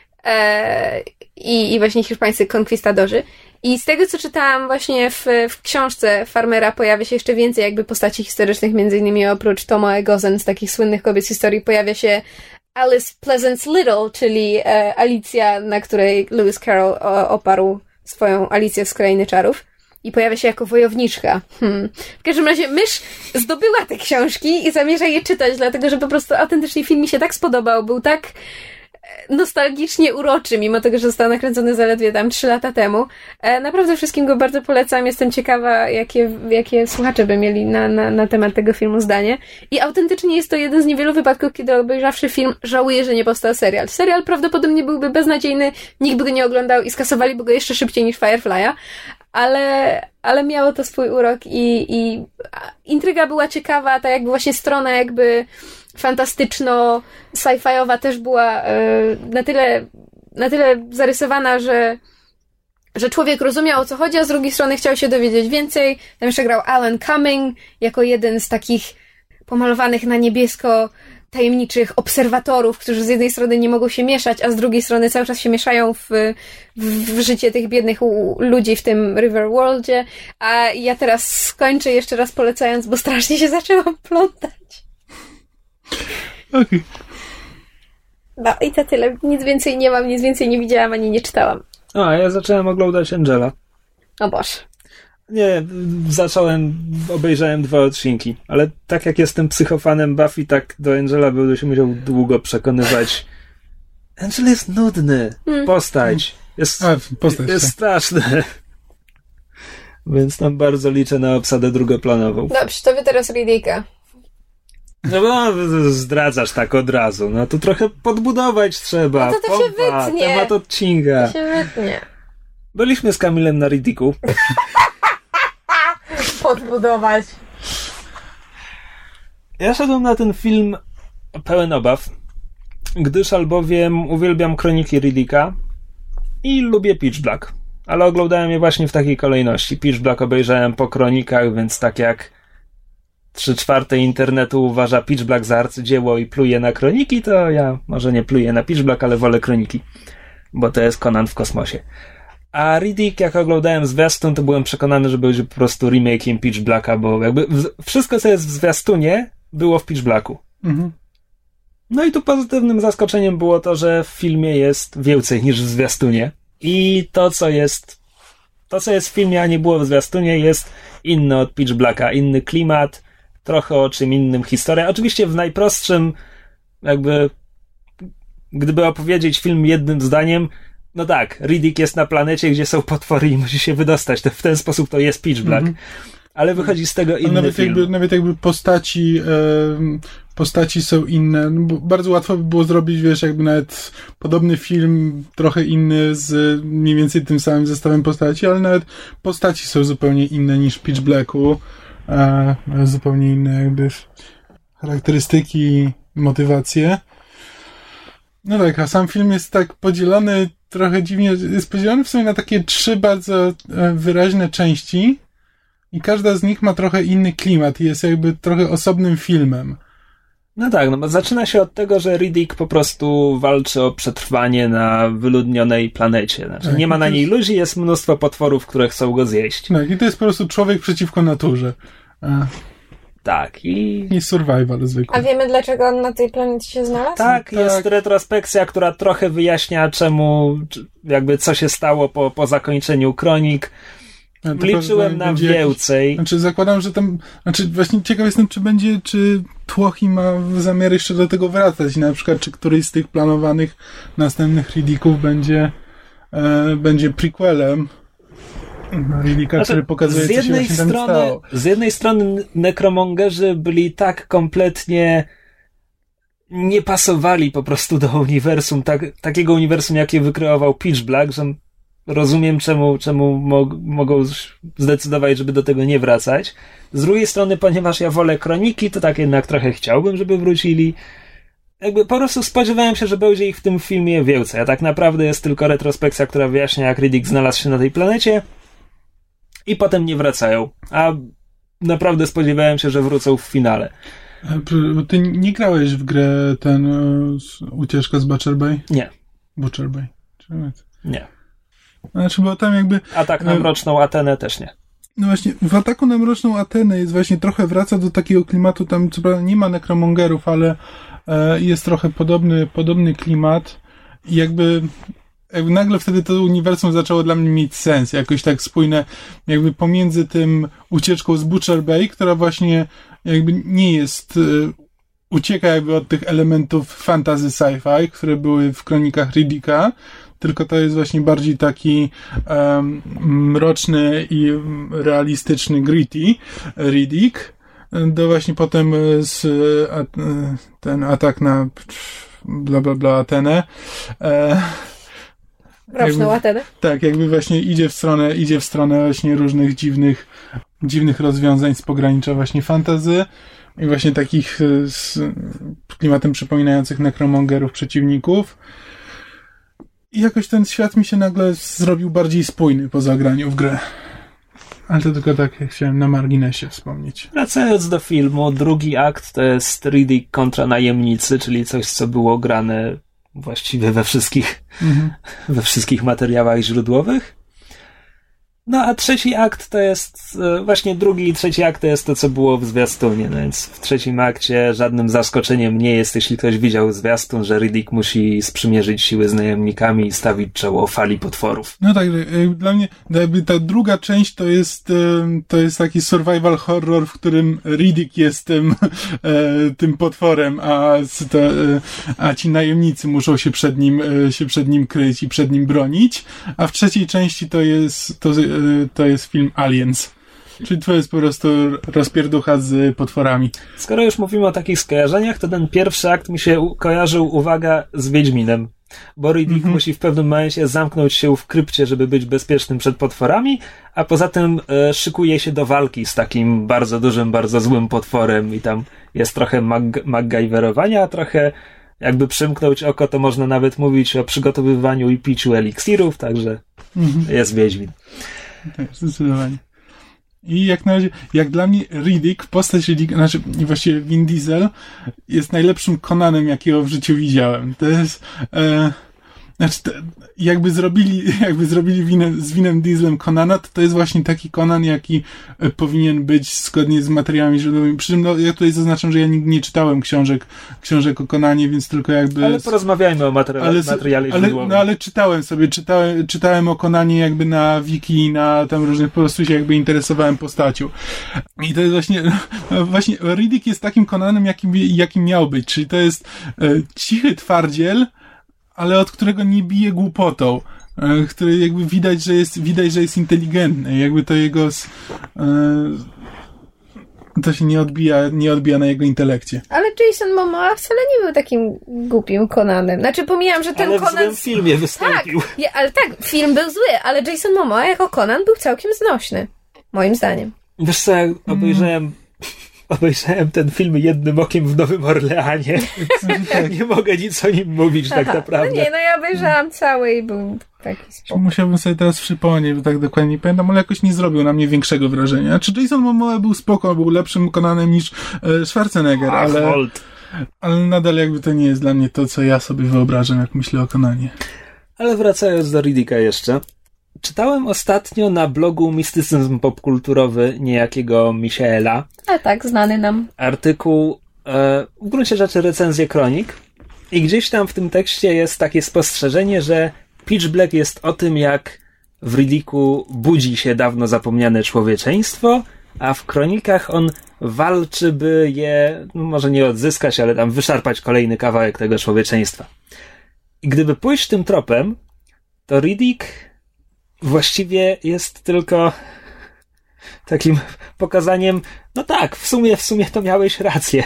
e, i, i właśnie hiszpańscy konkwistadorzy. I z tego, co czytałam właśnie w, w książce Farmera, pojawia się jeszcze więcej jakby postaci historycznych, między innymi oprócz Tomoe Gozen z takich słynnych kobiet z historii pojawia się Alice Pleasance Little, czyli e, Alicja, na której Lewis Carroll o, oparł swoją Alicję z Krainy Czarów. I pojawia się jako wojowniczka. Hmm. W każdym razie mysz zdobyła te książki i zamierza je czytać, dlatego że po prostu autentycznie film mi się tak spodobał, był tak nostalgicznie uroczy, mimo tego, że został nakręcony zaledwie tam trzy lata temu. E, naprawdę wszystkim go bardzo polecam. Jestem ciekawa, jakie, jakie słuchacze by mieli na, na, na temat tego filmu zdanie. I autentycznie jest to jeden z niewielu wypadków, kiedy obejrzawszy film żałuję, że nie powstał serial. Serial prawdopodobnie byłby beznadziejny, nikt by go nie oglądał i skasowaliby go jeszcze szybciej niż Firefly'a, ale, ale miało to swój urok i, i intryga była ciekawa, ta jakby właśnie strona jakby fantastyczno sci-fiowa też była y, na tyle na tyle zarysowana, że że człowiek rozumiał, o co chodzi, a z drugiej strony chciał się dowiedzieć więcej. Tam jeszcze grał Alan Cumming jako jeden z takich pomalowanych na niebiesko tajemniczych obserwatorów, którzy z jednej strony nie mogą się mieszać, a z drugiej strony cały czas się mieszają w, w, w życie tych biednych u, ludzi w tym Riverworldzie. A ja teraz skończę jeszcze raz polecając, bo strasznie się zaczęłam plątać. Okej. Okay. No i to tyle. Nic więcej nie mam, nic więcej nie widziałam, ani nie czytałam. A, ja zacząłem oglądać Angela. O Boże. Nie, zacząłem, obejrzałem dwa odcinki, ale tak jak jestem psychofanem Buffy, tak do Angela będę się musiał długo przekonywać. Angel jest nudny. Hmm. Postać. Jest, A, postać, jest tak. straszny. Więc tam bardzo liczę na obsadę drugoplanową. Dobrze, to wy teraz Riddicka. No bo zdradzasz tak od razu. No to trochę podbudować trzeba. No to to się Pompa, wytnie. temat odcinka. To się wytnie. Byliśmy z Kamilem na Riddicku. Podbudować. Ja szedłem na ten film pełen obaw, gdyż albowiem uwielbiam kroniki Riddicka i lubię Pitch Black. Ale oglądałem je właśnie w takiej kolejności. Pitch Black obejrzałem po kronikach, więc tak jak trzy czwarte internetu uważa Pitch Black za arcydzieło i pluje na kroniki, to ja może nie pluję na Pitch Black, ale wolę kroniki, bo to jest Conan w kosmosie. A Riddick, jak oglądałem zwiastun, to byłem przekonany, że będzie po prostu remake'iem Pitch Blacka, bo jakby wszystko, co jest w zwiastunie, było w Pitch Blacku. Mhm. No i tu pozytywnym zaskoczeniem było to, że w filmie jest więcej niż w zwiastunie. I to, co jest to, co jest w filmie, a nie było w zwiastunie, jest inne od Pitch Blacka. Inny klimat, trochę o czym innym historia. Oczywiście w najprostszym, jakby gdyby opowiedzieć film jednym zdaniem, no tak, Riddick jest na planecie, gdzie są potwory i musi się wydostać. To w ten sposób to jest Pitch Black. Mm-hmm. Ale wychodzi z tego inny nawet film. Jakby, nawet jakby postaci e, postaci są inne. No, bardzo łatwo by było zrobić, wiesz, jakby nawet podobny film, trochę inny, z mniej więcej tym samym zestawem postaci, ale nawet postaci są zupełnie inne niż w Pitch Blacku. E, zupełnie inne jakby charakterystyki, motywacje. No tak, a sam film jest tak podzielony trochę dziwnie, jest podzielony w sumie na takie trzy bardzo wyraźne części i każda z nich ma trochę inny klimat i jest jakby trochę osobnym filmem. No tak, no bo zaczyna się od tego, że Riddick po prostu walczy o przetrwanie na wyludnionej planecie. Znaczy, tak, nie ma na jest... niej ludzi, jest mnóstwo potworów, które chcą go zjeść. Tak, i to jest po prostu człowiek przeciwko naturze. A... Tak, i... I survival zwykły. A wiemy, dlaczego on na tej planecie się znalazł? Tak, tak, jest retrospekcja, która trochę wyjaśnia, czemu, jakby co się stało po, po zakończeniu kronik. Ja Liczyłem na więcej. Jakiś, znaczy zakładam, że tam, znaczy właśnie ciekaw jestem, czy będzie, czy Tłochi ma zamiar jeszcze do tego wracać, na przykład, czy któryś z tych planowanych następnych Riddicków będzie e, będzie prequelem Riddicka, znaczy, który pokazuje, z jednej co się właśnie strony, tam stało. Z jednej strony nekromongerzy byli tak kompletnie nie pasowali po prostu do uniwersum, tak, takiego uniwersum, jakie wykreował Pitch Black, że rozumiem, czemu, czemu mog, mogą zdecydować, żeby do tego nie wracać. Z drugiej strony, ponieważ ja wolę kroniki, to tak jednak trochę chciałbym, żeby wrócili. Jakby po prostu spodziewałem się, że będzie ich w tym filmie więcej. A tak naprawdę jest tylko retrospekcja, która wyjaśnia, jak Riddick znalazł się na tej planecie i potem nie wracają. A naprawdę spodziewałem się, że wrócą w finale. Bo ty nie grałeś w grę ten uh, Ucieczka z Butcher Bay? Nie. Butcher Bay. Nie. Znaczy, bo tam jakby... Atak na Mroczną Atenę też nie. No właśnie, w Ataku na Mroczną Atenę jest właśnie trochę wraca do takiego klimatu, tam co prawda nie ma nekromongerów, ale e, jest trochę podobny, podobny klimat i jakby, jakby nagle wtedy to uniwersum zaczęło dla mnie mieć sens, jakoś tak spójne, jakby pomiędzy tym Ucieczką z Butcher Bay, która właśnie jakby nie jest, e, ucieka jakby od tych elementów fantasy sci-fi, które były w kronikach Riddicka, tylko to jest właśnie bardziej taki um, mroczny i realistyczny gritty Riddick. Do właśnie potem z, a, ten atak na bla bla bla Atenę. E, Mroczną Atenę? Tak, jakby właśnie idzie w stronę, idzie w stronę właśnie różnych dziwnych, dziwnych rozwiązań z pogranicza właśnie fantasy i właśnie takich z klimatem przypominających nekromongerów przeciwników. I jakoś ten świat mi się nagle zrobił bardziej spójny po zagraniu w grę. Ale to tylko tak, jak chciałem na marginesie wspomnieć. Wracając do filmu, drugi akt to jest Riddick kontra najemnicy, czyli coś, co było grane właściwie we wszystkich, mhm. we wszystkich materiałach źródłowych. No a trzeci akt to jest, właśnie drugi i trzeci akt to jest to, co było w zwiastunie, no więc w trzecim akcie żadnym zaskoczeniem nie jest, jeśli ktoś widział zwiastun, że Riddick musi sprzymierzyć siły z najemnikami i stawić czoło fali potworów. No tak, dla mnie jakby ta druga część to jest to jest taki survival horror, w którym Riddick jest tym, tym potworem, a, to, a ci najemnicy muszą się przed nim się przed nim kryć i przed nim bronić, a w trzeciej części to jest to to jest film Aliens. Czyli to jest po prostu rozpierducha z potworami. Skoro już mówimy o takich skojarzeniach, to ten pierwszy akt mi się kojarzył, uwaga, z Wiedźminem. Bo Riddick mm-hmm. musi w pewnym momencie zamknąć się w krypcie, żeby być bezpiecznym przed potworami, a poza tym e, szykuje się do walki z takim bardzo dużym, bardzo złym potworem i tam jest trochę mag- MacGyverowania, a trochę jakby przymknąć oko, to można nawet mówić o przygotowywaniu i piciu eliksirów, także mm-hmm. jest Wiedźmin. Tak, zdecydowanie. I jak na razie, jak dla mnie Riddick, postać Riddick, znaczy właściwie Vin Diesel jest najlepszym Conanem, jakiego w życiu widziałem. To jest e, znaczy to, jakby zrobili jakby zrobili winę, z Vinem Dieselem Conana, to to jest właśnie taki Conan, jaki e, powinien być zgodnie z materiałami źródłowymi. Przy czym no, ja tutaj zaznaczam, że ja nigdy nie czytałem książek książek o Conanie, więc tylko jakby... Ale porozmawiajmy o materi- ale, materiale ale, źródłowym. No ale czytałem sobie, czytałem, czytałem o Conanie jakby na wiki, na tam różnych, po prostu się jakby interesowałem postacią. I to jest właśnie, właśnie Riddick jest takim Conanem, jakim, jakim miał być, czyli to jest e, cichy twardziel, ale od którego nie bije głupotą, e, który jakby widać, że jest, widać, że jest inteligentny, jakby to jego e, to się nie odbija, nie odbija na jego intelekcie. Ale Jason Momoa wcale nie był takim głupim Conanem. Znaczy pomijam, że ten ale Conan... w złym filmie wystąpił. Tak, ja, ale tak, film był zły, ale Jason Momoa jako Conan był całkiem znośny. Moim zdaniem. Wiesz co, jak obejrzałem mm. obejrzałem ten film jednym okiem w Nowym Orleanie. Nie mogę nic o nim mówić. Aha, tak naprawdę. No nie, no ja obejrzałam cały i był taki spokój. Musiałbym sobie teraz przypomnieć, bo tak dokładnie nie pamiętam, ale jakoś nie zrobił na mnie większego wrażenia. Znaczy Jason Momoa był spoko, był lepszym Conanem niż e, Schwarzenegger, Ach, ale... Holt. Ale nadal jakby to nie jest dla mnie to, co ja sobie wyobrażam, jak myślę o Conanie. Ale wracając do Riddicka jeszcze. Czytałem ostatnio na blogu Mistycyzm Popkulturowy niejakiego Michaela. A tak, znany nam. Artykuł, e, w gruncie rzeczy recenzję kronik. I gdzieś tam w tym tekście jest takie spostrzeżenie, że Pitch Black jest o tym, jak w Riddicku budzi się dawno zapomniane człowieczeństwo, a w kronikach on walczy, by je, no może nie odzyskać, ale tam wyszarpać kolejny kawałek tego człowieczeństwa. I gdyby pójść tym tropem, to Riddick właściwie jest tylko takim pokazaniem, no tak, w sumie, w sumie to miałeś rację.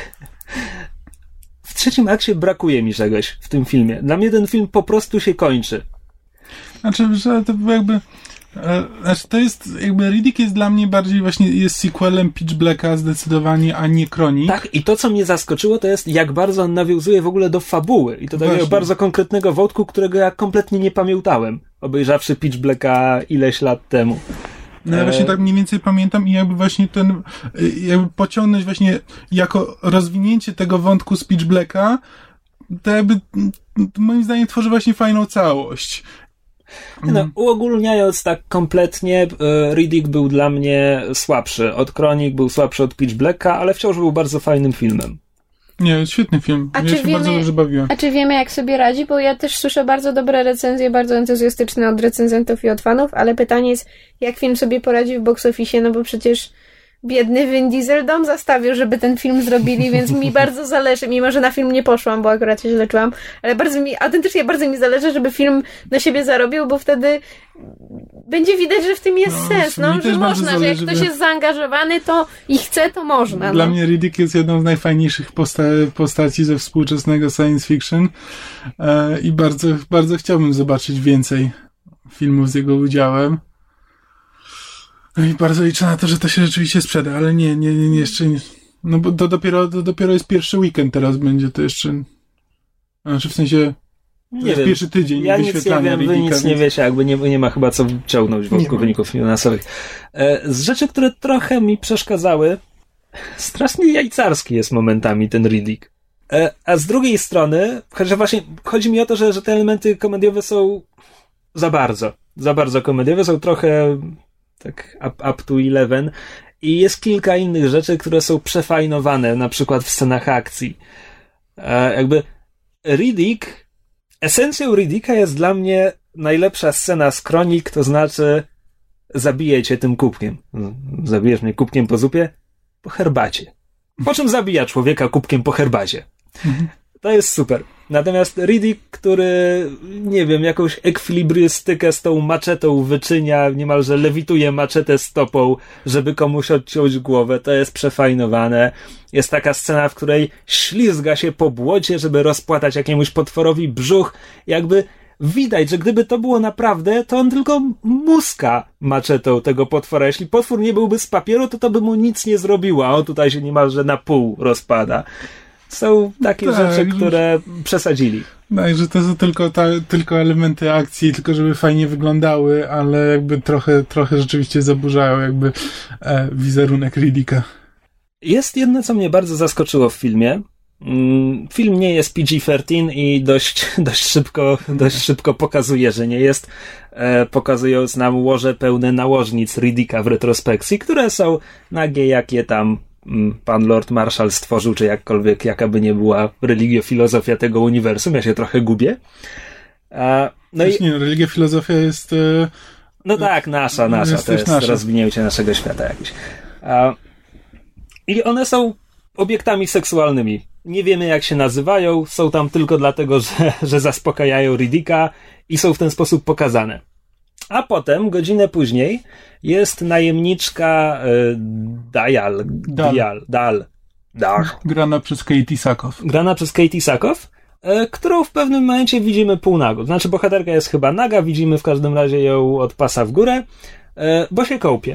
W trzecim akcie brakuje mi czegoś w tym filmie. Dla mnie ten film po prostu się kończy. Znaczy, że to jakby... E, znaczy, to jest jakby Riddick jest dla mnie bardziej właśnie jest sequelem Pitch Blacka zdecydowanie, a nie Kronik. Tak, i to, co mnie zaskoczyło, to jest, jak bardzo on nawiązuje w ogóle do fabuły i do takiego Właśnie. bardzo konkretnego wątku, którego ja kompletnie nie pamiętałem, obejrzawszy Pitch Blacka ileś lat temu. No ja właśnie tak mniej więcej pamiętam i jakby właśnie ten, jakby pociągnąć właśnie jako rozwinięcie tego wątku z Pitch Blacka, to jakby moim zdaniem tworzy właśnie fajną całość. No, uogólniając tak kompletnie, Riddick był dla mnie słabszy od Kronik, był słabszy od Pitch Blacka, ale wciąż był bardzo fajnym filmem. Nie, świetny film. A ja czy się wiemy, bardzo dobrze bawiłem. A czy wiemy, jak sobie radzi? Bo ja też słyszę bardzo dobre recenzje, bardzo entuzjastyczne od recenzentów i od fanów, ale pytanie jest, jak film sobie poradzi w box office, no bo przecież biedny Vin Diesel dom zastawił, żeby ten film zrobili, więc mi bardzo zależy, mimo że na film nie poszłam, bo akurat się źle czułam, ale bardzo mi, autentycznie bardzo mi zależy, żeby film na siebie zarobił, bo wtedy będzie widać, że w tym jest No, sens, no, mi że też bardzo można, że jak zależy, ktoś że- jest zaangażowany, to i chce, to można. Dla no. mnie Riddick jest jedną z najfajniejszych posta- postaci ze współczesnego science fiction e, i bardzo, bardzo chciałbym zobaczyć więcej filmów z jego udziałem. No i bardzo liczę na to, że to się rzeczywiście sprzeda, ale nie, nie, nie, nie jeszcze nie. No bo to dopiero, to dopiero jest pierwszy weekend teraz będzie, to jeszcze... Znaczy w sensie... To Nie jest wiem. pierwszy tydzień Ja nic nie wyświetlania wiem, wy Riddicka, nic nie więc- wiecie, jakby nie, nie ma chyba co ciągnąć wokół ma. wyników finansowych. E, Z rzeczy, które trochę mi przeszkadzały, strasznie jajcarski jest momentami ten Riddick. E, A z drugiej strony, chociaż właśnie chodzi mi o to, że, że te elementy komediowe są za bardzo, za bardzo komediowe, są trochę tak up, up to eleven i jest kilka innych rzeczy, które są przefajnowane, na przykład w scenach akcji. E, Jakby Riddick, esencją Riddicka jest dla mnie najlepsza scena z Kronik, to znaczy zabiję cię tym kubkiem. Zabijesz mnie kubkiem po zupie? Po herbacie. Po czym zabija człowieka kubkiem po herbacie. To jest super. Natomiast Riddick, który, nie wiem, jakąś ekwilibrystykę z tą maczetą wyczynia, niemalże lewituje maczetę stopą, żeby komuś odciąć głowę, to jest przefajnowane. Jest taka scena, w której ślizga się po błocie, żeby rozpłatać jakiemuś potworowi brzuch. Jakby widać, że gdyby to było naprawdę, to on tylko muska maczetą tego potwora. Jeśli potwór nie byłby z papieru, to to by mu nic nie zrobiło, a on tutaj się niemalże na pół rozpada. Są takie Tak, rzeczy, że- które przesadzili. Tak, że to są tylko, ta, tylko elementy akcji, tylko żeby fajnie wyglądały, ale jakby trochę, trochę rzeczywiście zaburzają jakby e, wizerunek Riddicka. Jest jedno, co mnie bardzo zaskoczyło w filmie. Mm, Film nie jest P G trzynaście i dość, dość, szybko, dość szybko pokazuje, że nie jest, e, pokazując nam łoże pełne nałożnic Riddicka w retrospekcji, które są nagie, jakie tam mm, pan Lord Marshall stworzył, czy jakkolwiek, jaka by nie była religiofilozofia tego uniwersum. Ja się trochę gubię. E, no i Właśnie, nie, religia, filozofia jest... E, No tak, nasza, nasza. Jest To też jest nasza. rozwinięcie naszego świata jakieś. A, I one są obiektami seksualnymi. Nie wiemy, jak się nazywają. Są tam tylko dlatego, że, że zaspokajają Riddicka i są w ten sposób pokazane. A potem, godzinę później, jest najemniczka y, Dial. Dal. Dial. Dal. Dal. grana przez Katie Sackhoff. Grana przez Katie Sackhoff, e, którą w pewnym momencie widzimy półnago. Znaczy bohaterka jest chyba naga, widzimy w każdym razie ją od pasa w górę, e, bo się kąpie.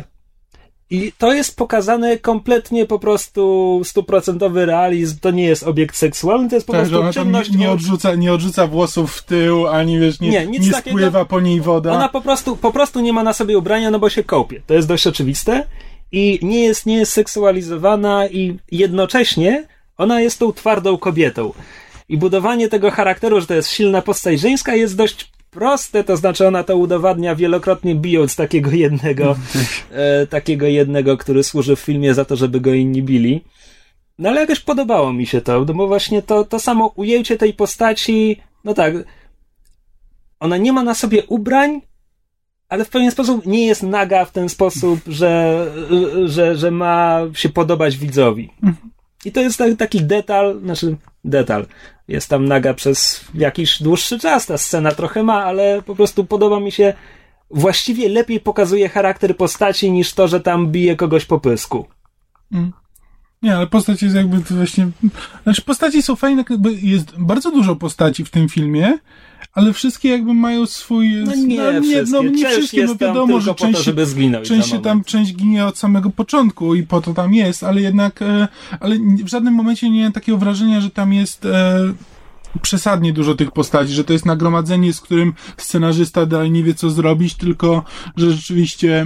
I to jest pokazane kompletnie po prostu stuprocentowy realizm, to nie jest obiekt seksualny, to jest po Tak, że prostu ona tam czynność... nie, nie, odrzuca, nie odrzuca włosów w tył, ani wiesz, nie, Nie, nie, nic takiego. spływa po niej woda. Ona po prostu, po prostu nie ma na sobie ubrania, no bo się kąpie. To jest dość oczywiste i nie jest, nie jest seksualizowana i jednocześnie Ona jest tą twardą kobietą. I budowanie tego charakteru, że to jest silna postać żeńska, jest dość proste, to znaczy ona to udowadnia wielokrotnie, bijąc takiego jednego, e, takiego jednego, który służy w filmie za to, żeby go inni bili. No ale jakoś podobało mi się to, no bo właśnie to, to samo ujęcie tej postaci, no tak, ona nie ma na sobie ubrań, ale w pewien sposób nie jest naga w ten sposób, że, że, że ma się podobać widzowi. I to jest taki detal, znaczy detal. Jest tam naga przez jakiś dłuższy czas, ta scena trochę ma, ale po prostu podoba mi się, właściwie lepiej pokazuje charakter postaci niż to, że tam bije kogoś po pysku. Mm. Nie, ale postać jest jakby właśnie... Znaczy postaci są fajne, jakby jest bardzo dużo postaci w tym filmie, ale wszystkie jakby mają swój... No nie, no, nie wszystkie. No, nie część wszystkie, jest no wiadomo, tam że tylko po to, część, żeby zginąć część się tam, część ginie od samego początku i po to tam jest, ale jednak e, ale w żadnym momencie nie miałem takiego wrażenia, że tam jest e, przesadnie dużo tych postaci, że to jest nagromadzenie, z którym scenarzysta dalej nie wie, co zrobić, tylko że rzeczywiście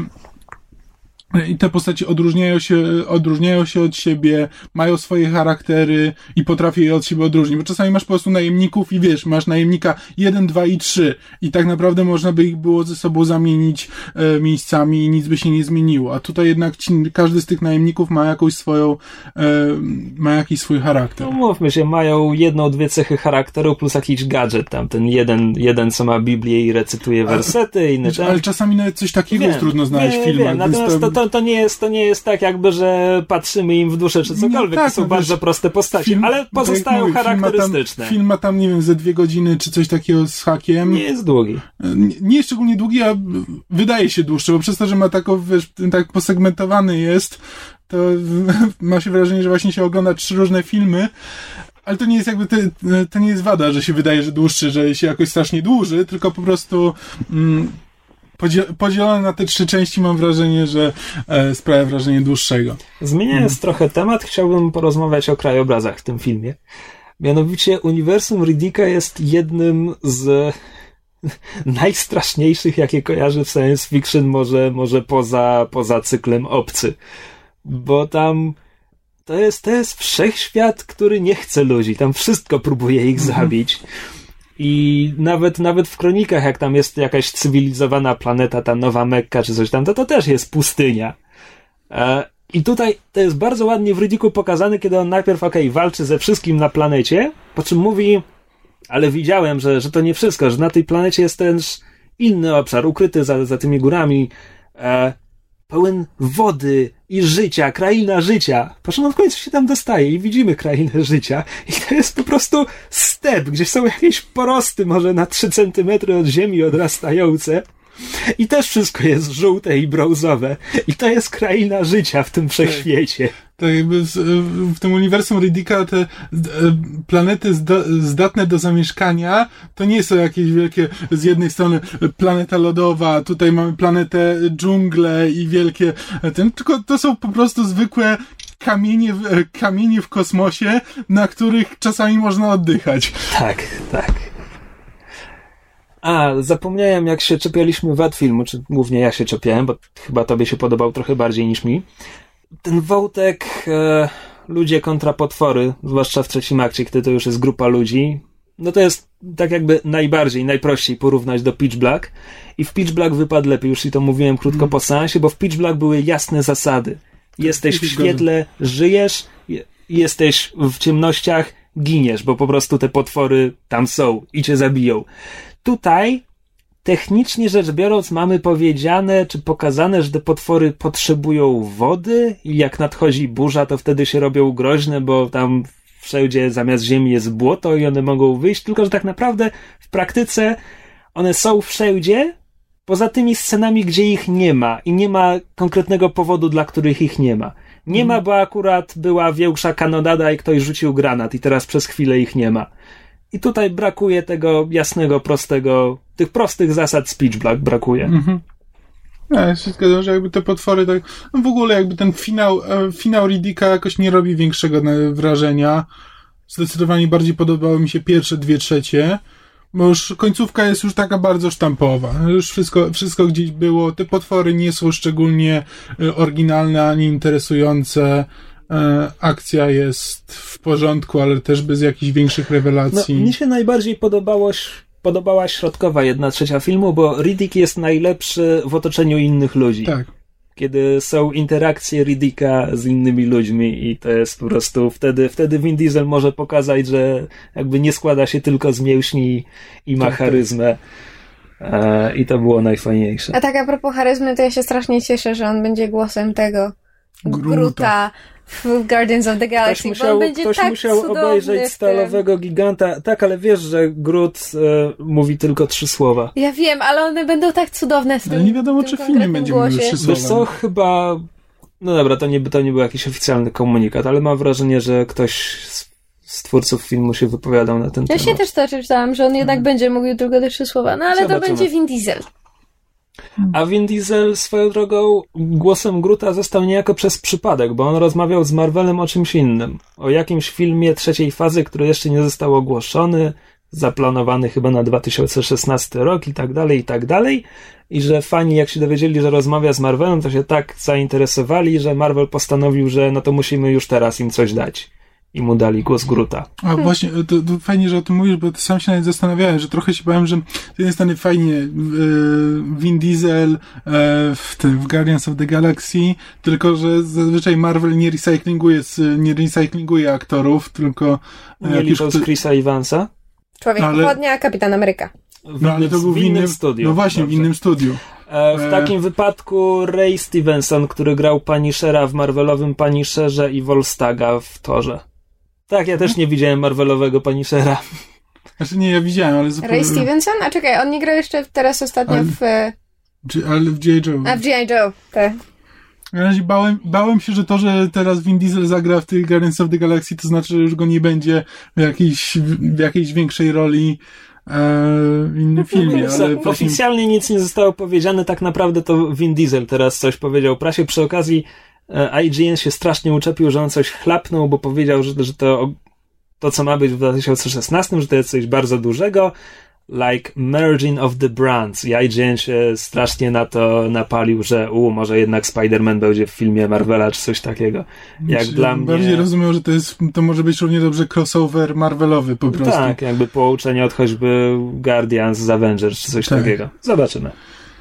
i te postaci odróżniają się, odróżniają się od siebie, mają swoje charaktery i potrafią je od siebie odróżnić, bo czasami masz po prostu najemników i wiesz, masz najemnika jeden, dwa i trzy i tak naprawdę można by ich było ze sobą zamienić e, miejscami i nic by się nie zmieniło, a tutaj jednak ci, każdy z tych najemników ma jakąś swoją e, ma jakiś swój charakter. No mówmy się, mają jedną, dwie cechy charakteru plus jakiś gadżet tam, ten jeden, jeden co ma Biblię i recytuje wersety, inny ale, ale czasami nawet coś takiego jest trudno znaleźć w filmach. Wiem, natomiast to, to To, to, nie jest, to nie jest tak jakby, że patrzymy im w duszę czy cokolwiek, no tak, to są no bardzo wiesz, proste postacie, film, ale pozostają mówię, charakterystyczne. Film ma, tam, film ma tam, nie wiem, ze dwie godziny czy coś takiego z hakiem. Nie jest długi. Nie, nie jest szczególnie długi, a wydaje się dłuższy, bo przez to, że ma taką, wiesz, tak posegmentowany jest, to ma się wrażenie, że właśnie się ogląda trzy różne filmy. Ale to nie jest jakby, to, to nie jest wada, że się wydaje, że dłuższy, że się jakoś strasznie dłuży, tylko po prostu mm, podzielone na te trzy części mam wrażenie, że e, sprawia wrażenie dłuższego. Zmieniając hmm. trochę temat, chciałbym porozmawiać o krajobrazach w tym filmie. Mianowicie uniwersum Riddicka jest jednym z najstraszniejszych, jakie kojarzy w science fiction, może, może poza, poza cyklem Obcy. Bo tam to jest, to jest wszechświat, który nie chce ludzi. Tam wszystko próbuje ich hmm. zabić. I nawet, nawet w kronikach, jak tam jest jakaś cywilizowana planeta, ta Nowa Mekka czy coś tam, to to też jest pustynia. E, I tutaj to jest bardzo ładnie w Riddicku pokazane, kiedy on najpierw okej, okay, walczy ze wszystkim na planecie, po czym mówi, ale widziałem, że, że to nie wszystko, że na tej planecie jest też inny obszar, ukryty za, za tymi górami, e, pełen wody i życia, kraina życia. Po czym on w końcu się tam dostaje i widzimy krainę życia. I to jest po prostu step, gdzie są jakieś porosty może na trzy centymetry od ziemi odrastające. I też wszystko jest żółte i brązowe. I to jest kraina życia w tym wszechświecie. Tak jakby z, w tym uniwersum Riddicka te planety zda, zdatne do zamieszkania to nie są jakieś wielkie, z jednej strony planeta lodowa, tutaj mamy planetę dżungle i wielkie ten, tylko to są po prostu zwykłe kamienie, kamienie w kosmosie, na których czasami można oddychać. Tak, tak. A, zapomniałem, jak się czepialiśmy wad filmu, czy głównie ja się czepiałem, bo chyba tobie się podobał trochę bardziej niż mi. Ten wątek e, ludzie kontra potwory, zwłaszcza w trzecim akcie, kiedy to już jest grupa ludzi, no to jest tak jakby najbardziej, najprościej porównać do Pitch Black. I w Pitch Black wypadł lepiej, już i to mówiłem krótko mm. po seansie, bo w Pitch Black były jasne zasady. Jesteś w świetle, żyjesz, jesteś w ciemnościach, giniesz, bo po prostu te potwory tam są i cię zabiją. Tutaj technicznie rzecz biorąc mamy powiedziane, czy pokazane, że te potwory potrzebują wody i jak nadchodzi burza, to wtedy się robią groźne, bo tam wszędzie zamiast ziemi jest błoto i one mogą wyjść, tylko że tak naprawdę w praktyce one są wszędzie, poza tymi scenami, gdzie ich nie ma i nie ma konkretnego powodu, dla których ich nie ma. Nie ma, bo akurat była większa kanonada i ktoś rzucił granat i teraz przez chwilę ich nie ma. I tutaj brakuje tego jasnego, prostego, tych prostych zasad z Pitch Black brakuje. Mhm. Ja się zgadzam, że jakby te potwory tak, no w ogóle jakby ten finał, finał Riddicka jakoś nie robi większego wrażenia. Zdecydowanie bardziej podobały mi się pierwsze dwie trzecie, bo już końcówka jest już taka bardzo sztampowa. Już wszystko, wszystko gdzieś było. Te potwory nie są szczególnie oryginalne ani interesujące. e, akcja jest w porządku, ale też bez jakichś większych rewelacji. No, mi się najbardziej podobało, podobała środkowa jedna trzecia filmu, bo Riddick jest najlepszy w otoczeniu innych ludzi. Tak. Kiedy są interakcje Riddicka z innymi ludźmi i to jest po prostu wtedy, wtedy Vin Diesel może pokazać, że jakby nie składa się tylko z mięśni i ma tak, charyzmę. E, I to było najfajniejsze. A tak a propos charyzmy, to ja się strasznie cieszę, że on będzie głosem tego Gruta. Gruta w Guardians of the Galaxy. Ktoś musiał, on będzie ktoś tak musiał obejrzeć w stalowego giganta. Tak, ale wiesz, że Groot e, mówi tylko trzy słowa. Ja wiem, ale one będą tak cudowne w tym, Ale nie wiadomo, w tym czy w filmie będzie mówił głosie. trzy słowa. Wiesz co, chyba... No dobra, to nie, to nie był jakiś oficjalny komunikat, ale mam wrażenie, że ktoś z, z twórców filmu się wypowiadał na ten Ja temat. się też to czytałem, że on jednak hmm. będzie mówił tylko te trzy słowa. No ale Zobaczymy. to będzie Vin Diesel. A Vin Diesel swoją drogą głosem Groota został niejako przez przypadek, bo on rozmawiał z Marvelem o czymś innym. O jakimś filmie trzeciej fazy, który jeszcze nie został ogłoszony, zaplanowany chyba na dwa tysiące szesnasty rok i tak dalej, i tak dalej. I że fani, jak się dowiedzieli, że rozmawia z Marvelem, to się tak zainteresowali, że Marvel postanowił, że no to musimy już teraz im coś dać. I mu dali głos Groota. A hmm. właśnie, to, to fajnie, że o tym mówisz, bo sam się nawet zastanawiałem, że trochę się bałem, że z jednej strony fajnie e, Vin Diesel e, w, tym, w Guardians of the Galaxy, tylko że zazwyczaj Marvel nie recyklinguje, nie recyklinguje aktorów, tylko... Nie licząc kto... Chrisa Evansa? Człowiek ale... Pochodnia, Kapitan Ameryka. W no ale to był w innym studiu. No właśnie, Dobrze. w innym studiu. E, w takim e... wypadku Ray Stevenson, który grał Punishera w Marvelowym Punisherze i Volstaga w Torze. Tak, ja też nie widziałem Marvelowego Punishera. Znaczy nie, ja widziałem, ale zupełnie... Ray Stevenson? A czekaj, on nie grał jeszcze teraz ostatnio ale... w... Ale w G I. Joe. A, w G I. Joe, tak. Na razie bałem, bałem się, że to, że teraz Vin Diesel zagra w tych Guardians of the Galaxy, to znaczy, że już go nie będzie w jakiejś, w jakiejś większej roli e, w innym filmie. Ale po Oficjalnie nic nie zostało powiedziane, tak naprawdę to Vin Diesel teraz coś powiedział prasie. Przy okazji I G N się strasznie uczepił, że on coś chlapnął, bo powiedział, że, że to, to, co ma być w dwa tysiące szesnastym, że to jest coś bardzo dużego, like merging of the brands. I I G N się strasznie na to napalił, że u, może jednak Spider-Man będzie w filmie Marvela, czy coś takiego. Jak Czyli dla mnie... Bardziej rozumiem, że to jest, to może być równie dobrze crossover Marvelowy po prostu. Tak, jakby pouczenie od choćby Guardians z Avengers, czy coś tak. takiego. Zobaczymy.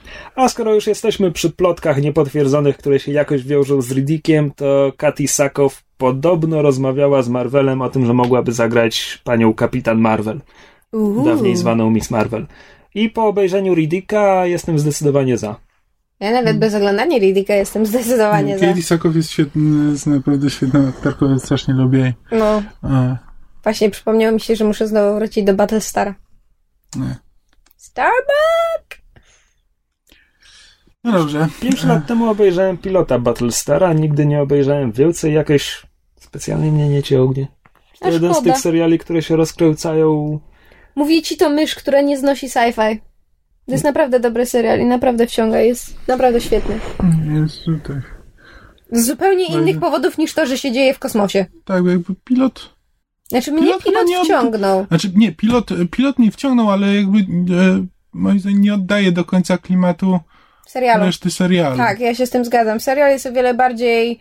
A skoro już jesteśmy przy plotkach niepotwierdzonych, które się jakoś wiążą z Riddickiem, to Kathy Sackhoff podobno rozmawiała z Marvelem o tym, że mogłaby zagrać panią Kapitan Marvel. Uhu. Dawniej zwaną Miss Marvel. I po obejrzeniu Riddicka jestem zdecydowanie za. Ja nawet bez oglądania Riddicka jestem zdecydowanie za. Kathy Sackhoff jest świetny, jest naprawdę świetną aktorką, więc strasznie lubię jej. No. A. Właśnie przypomniało mi się, że muszę znowu wrócić do Battlestara. Nie. Starbuck! No dobrze. Pięć lat temu obejrzałem pilota Battlestara, nigdy nie obejrzałem więcej, jakoś specjalnie mnie nie ciągnie. To A jeden szkoda. z tych seriali, które się rozkręcają. Mówię ci to mysz, która nie znosi sci-fi. To jest naprawdę dobry serial i naprawdę wciąga. Jest naprawdę świetny. Jest tak. Z zupełnie No innych i... powodów niż to, że się dzieje w kosmosie. Tak, bo jakby pilot... Znaczy mnie pilot, pilot nie wciągnął. Od... Znaczy nie, pilot, pilot mnie wciągnął, ale jakby e, moim zdaniem nie oddaje do końca klimatu serialu. Reszty serialu. Tak, ja się z tym zgadzam. Serial jest o wiele bardziej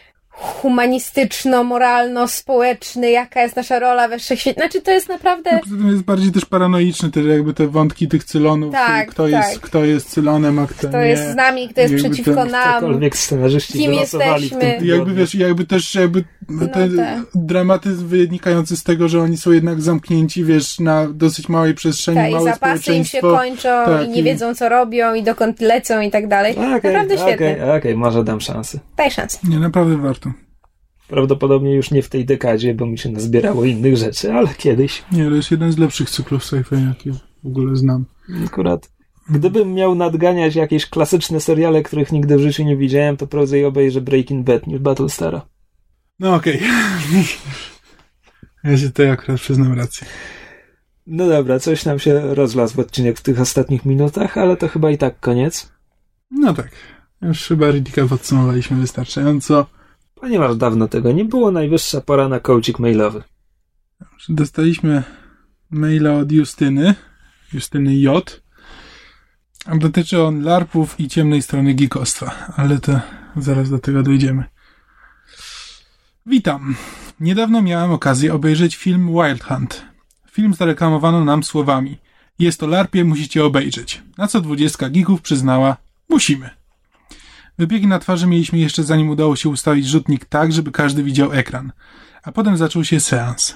humanistyczno-moralno-społeczny, jaka jest nasza rola we wszechświecie. Znaczy to jest naprawdę... No, jest bardziej też paranoiczny, też jakby te wątki tych cylonów, tak, kto, tak. Jest, kto jest cylonem, a kto, kto nie. Kto jest z nami, kto jest przeciwko ten, nam. Ktokolwiek scenarzyści kim wylosowali jesteśmy. w tym jakby wiesz, jakby też jakby no ten tak. dramatyzm wynikający z tego, że oni są jednak zamknięci, wiesz, na dosyć małej przestrzeni, tak, małe i zapasy im się kończą tak, i nie i... wiedzą, co robią i dokąd lecą i tak dalej. Okay, naprawdę świetne. Okej, okay, okay, może dam szansę. Daj szansę. Nie, naprawdę warto. Prawdopodobnie już nie w tej dekadzie, bo mi się nazbierało innych rzeczy, ale kiedyś. Nie, to jest jeden z lepszych cyklów sci-fi, jakie w ogóle znam. Akurat, gdybym miał nadganiać jakieś klasyczne seriale, których nigdy w życiu nie widziałem, to prędzej obejrzę Breaking Bad niż Battlestara. No okej. Okay. Ja się tutaj akurat przyznam rację. No dobra, coś nam się rozlazł w odcinek w tych ostatnich minutach, ale to chyba i tak koniec. No tak. Już chyba Riddicka podsumowaliśmy wystarczająco. Ponieważ dawno tego nie było, najwyższa pora na coaching mailowy. Dostaliśmy maila od Justyny, Justyny J. A dotyczy on larpów i ciemnej strony geekostwa, ale to zaraz do tego dojdziemy. Witam. Niedawno miałem okazję obejrzeć film Wild Hunt. Film zareklamowano nam słowami: jest to larpie, musicie obejrzeć. Na co dwudziestka geeków przyznała: musimy. Wybiegi na twarzy mieliśmy jeszcze zanim udało się ustawić rzutnik tak, żeby każdy widział ekran. A potem zaczął się seans.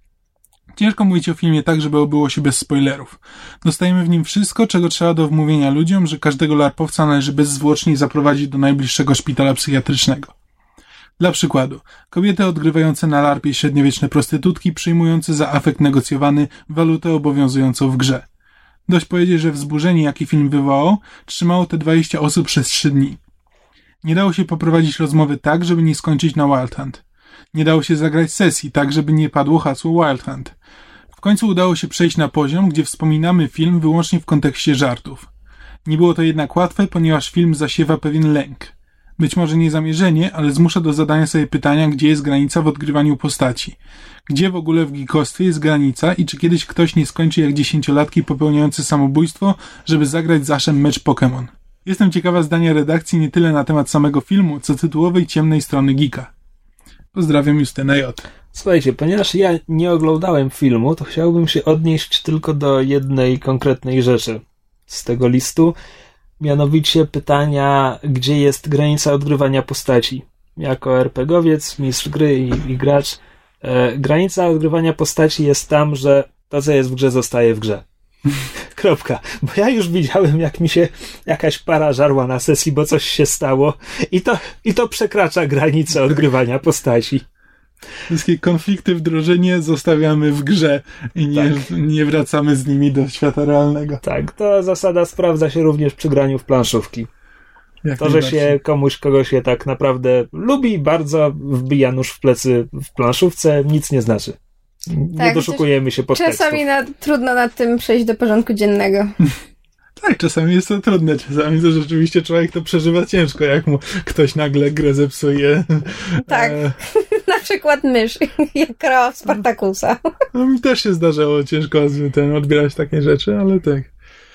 Ciężko mówić o filmie tak, żeby obyło się bez spoilerów. Dostajemy w nim wszystko, czego trzeba do wmówienia ludziom, że każdego larpowca należy bezzwłocznie zaprowadzić do najbliższego szpitala psychiatrycznego. Dla przykładu, kobiety odgrywające na larpie średniowieczne prostytutki, przyjmujące za afekt negocjowany walutę obowiązującą w grze. Dość powiedzieć, że wzburzenie, jakie film wywołał, trzymało te dwadzieścia osób przez trzy dni. Nie dało się poprowadzić rozmowy tak, żeby nie skończyć na Wild Hunt. Nie dało się zagrać sesji tak, żeby nie padło hasło Wild Hunt. W końcu udało się przejść na poziom, gdzie wspominamy film wyłącznie w kontekście żartów. Nie było to jednak łatwe, ponieważ film zasiewa pewien lęk. Być może niezamierzenie, ale zmusza do zadania sobie pytania, gdzie jest granica w odgrywaniu postaci. Gdzie w ogóle w geekostwie jest granica i czy kiedyś ktoś nie skończy jak dziesięciolatki popełniający samobójstwo, żeby zagrać z Ashem mecz Pokémon. Jestem ciekawa zdania redakcji nie tyle na temat samego filmu, co tytułowej ciemnej strony geeka. Pozdrawiam, Justyna J. Słuchajcie, ponieważ ja nie oglądałem filmu, to chciałbym się odnieść tylko do jednej konkretnej rzeczy z tego listu, mianowicie pytania, gdzie jest granica odgrywania postaci. Jako RPGowiec, mistrz gry i, i gracz, e, granica odgrywania postaci jest tam, że to, co jest w grze, zostaje w grze. Kropka. Bo ja już widziałem, jak mi się jakaś para żarła na sesji, bo coś się stało i to, i to przekracza granicę odgrywania postaci. Wszystkie konflikty w drużynie zostawiamy w grze i nie, tak. nie wracamy z nimi do świata realnego. Tak, ta zasada sprawdza się również przy graniu w planszówki. Jak to, że się komuś, kogo się tak naprawdę lubi, bardzo wbija nóż w plecy w planszówce, nic nie znaczy. Nie tak, doszukujemy się podtekstów. Czasami na, trudno nad tym przejść do porządku dziennego. Tak, czasami jest to trudne, czasami to rzeczywiście człowiek to przeżywa ciężko, jak mu ktoś nagle grę zepsuje. Tak, e... na przykład mysz, jak grała w Spartakusa. No mi też się zdarzało ciężko ten, odbierać takie rzeczy, ale tak.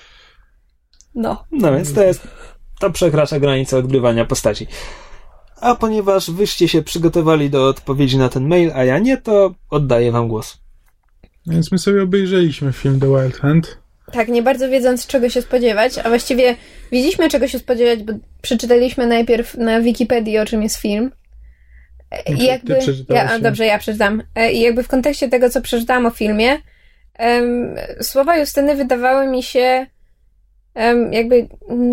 No. No więc to jest, to przekracza granicę odgrywania postaci. A ponieważ wyście się przygotowali do odpowiedzi na ten mail, a ja nie, to oddaję wam głos. Więc my sobie obejrzeliśmy film The Wild Hunt. Tak, nie bardzo wiedząc, czego się spodziewać, a właściwie wiedzieliśmy, czego się spodziewać, bo przeczytaliśmy najpierw na Wikipedii, o czym jest film. I jakby, ja, a, dobrze, ja przeczytam. I jakby w kontekście tego, co przeczytałam o filmie, um, słowa Justyny wydawały mi się um, jakby